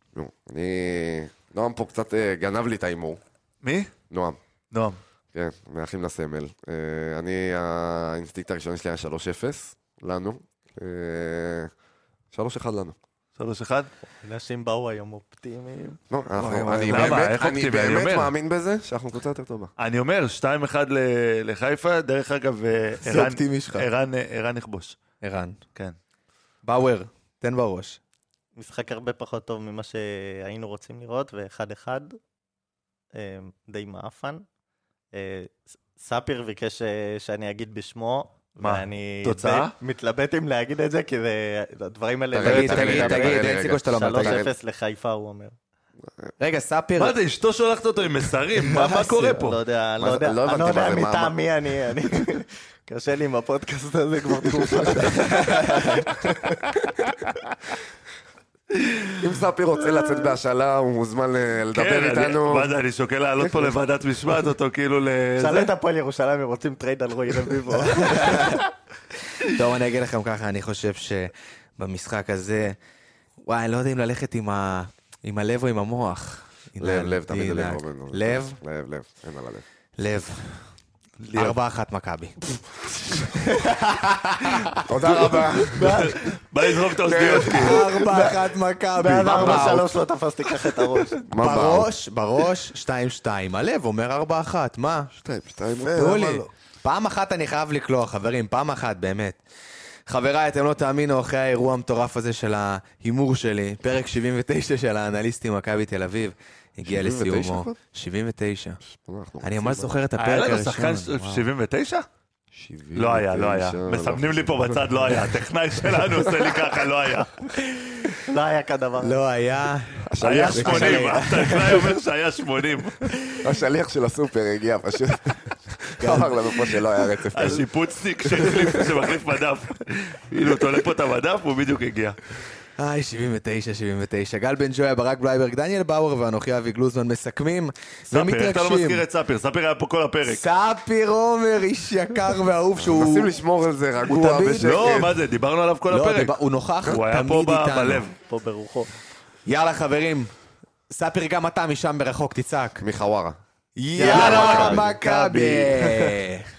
נועם פה קצת גנב לי את האימור. מי? נועם. נועם. כן, מאחים לסמל. האינסטינקט הראשוני שלי היה 3-0 לנו. 3-1 לנו. 3-1? אנשים באו היום אופטימיים. לא, וואי, אני למה? איך אני אופטימי? אני באמת אומר. מאמין בזה שאנחנו קבוצה יותר טובה. אני אומר, 2-1 לחיפה, דרך אגב, זה אופטימי שלך. ערן נכבוש. ערן. כן. באואר, תן בראש. משחק הרבה פחות טוב ממה שהיינו רוצים לראות, ו1-1. די מאפן. ספיר ביקש שאני אגיד בשמו, מה? ואני תוצאה? די מתלבט אם להגיד את זה, כי הדברים האלה... תגיד, אין סיכוי שאתה לא אומר. 3-0 לחיפה, הוא אומר. רגע, ספיר... מה זה, אשתו שולחת אותו עם מסרים? מה קורה פה? לא יודע, מה זה? לא אני הבנתי לא מה יודע זה, מה- מטעם מי אני... קשה לי עם הפודקאסט הזה כבר תקופה. אם ספיר רוצה לצאת בהשאלה, הוא מוזמן לדבר כן, איתנו. מה זה, אני שוקל לעלות פה לוועדת משמעת אותו כאילו שאלה את הפועל ירושלים, הם רוצים טרייד על רועי רביבו. טוב, אני אגיד לכם ככה, אני חושב שבמשחק הזה, וואי, אני לא יודע אם ללכת עם הלב או עם המוח. לב, תמיד הלב. לב? לב, אין על הלב. לב. 4-1 מכבי. תודה רבה. בא לזרוק את האוזניות כאילו. 4-1 מכבי. בעד 4-3 לא תפסתי ככה את הראש. בראש, 2-2. הלב אומר 4-1, מה? 2-2. תראו לי. פעם אחת אני חייב לקלוע, חברים, פעם אחת, באמת. חבריי, אתם לא תאמינו, אחרי האירוע המטורף הזה של ההימור שלי, פרק 79 של האנליסטים מכבי תל אביב, הגיע 79 לסיומו. כבר? 79. אני ממש זוכר את הפרק היה לנו הראשון. שחקן 79? לא היה, לא היה. מסמנים לי פה בצד, לא היה. הטכנאי שלנו עושה לי ככה, לא היה. לא היה כדבר. לא היה. היה 80, הטכנאי אומר שהיה 80. השליח של הסופר הגיע פשוט. אמר לנו פה שלא היה רצף. השיפוצניק שמחליף מדף. הנה, הוא תולה פה את המדף, הוא בדיוק הגיע. 79. גל בן ג'ויה, ברק בלייברג, דניאל באואר ואנוכי אבי גלוזמן מסכמים ספיר, איך אתה לא ומתרגשים. מזכיר את ספיר? ספיר היה פה כל הפרק. ספיר עומר, איש יקר ואהוב שהוא... מנסים לשמור על זה רגוע תמיד- בשקט. לא, מה זה, דיברנו עליו כל לא, הפרק. הוא נוכח הוא היה פה תמיד איתנו. בלב. פה ברוחו. יאללה חברים, ספיר גם אתה משם ברחוק, תצעק. מחווארה. יאללה מכבי!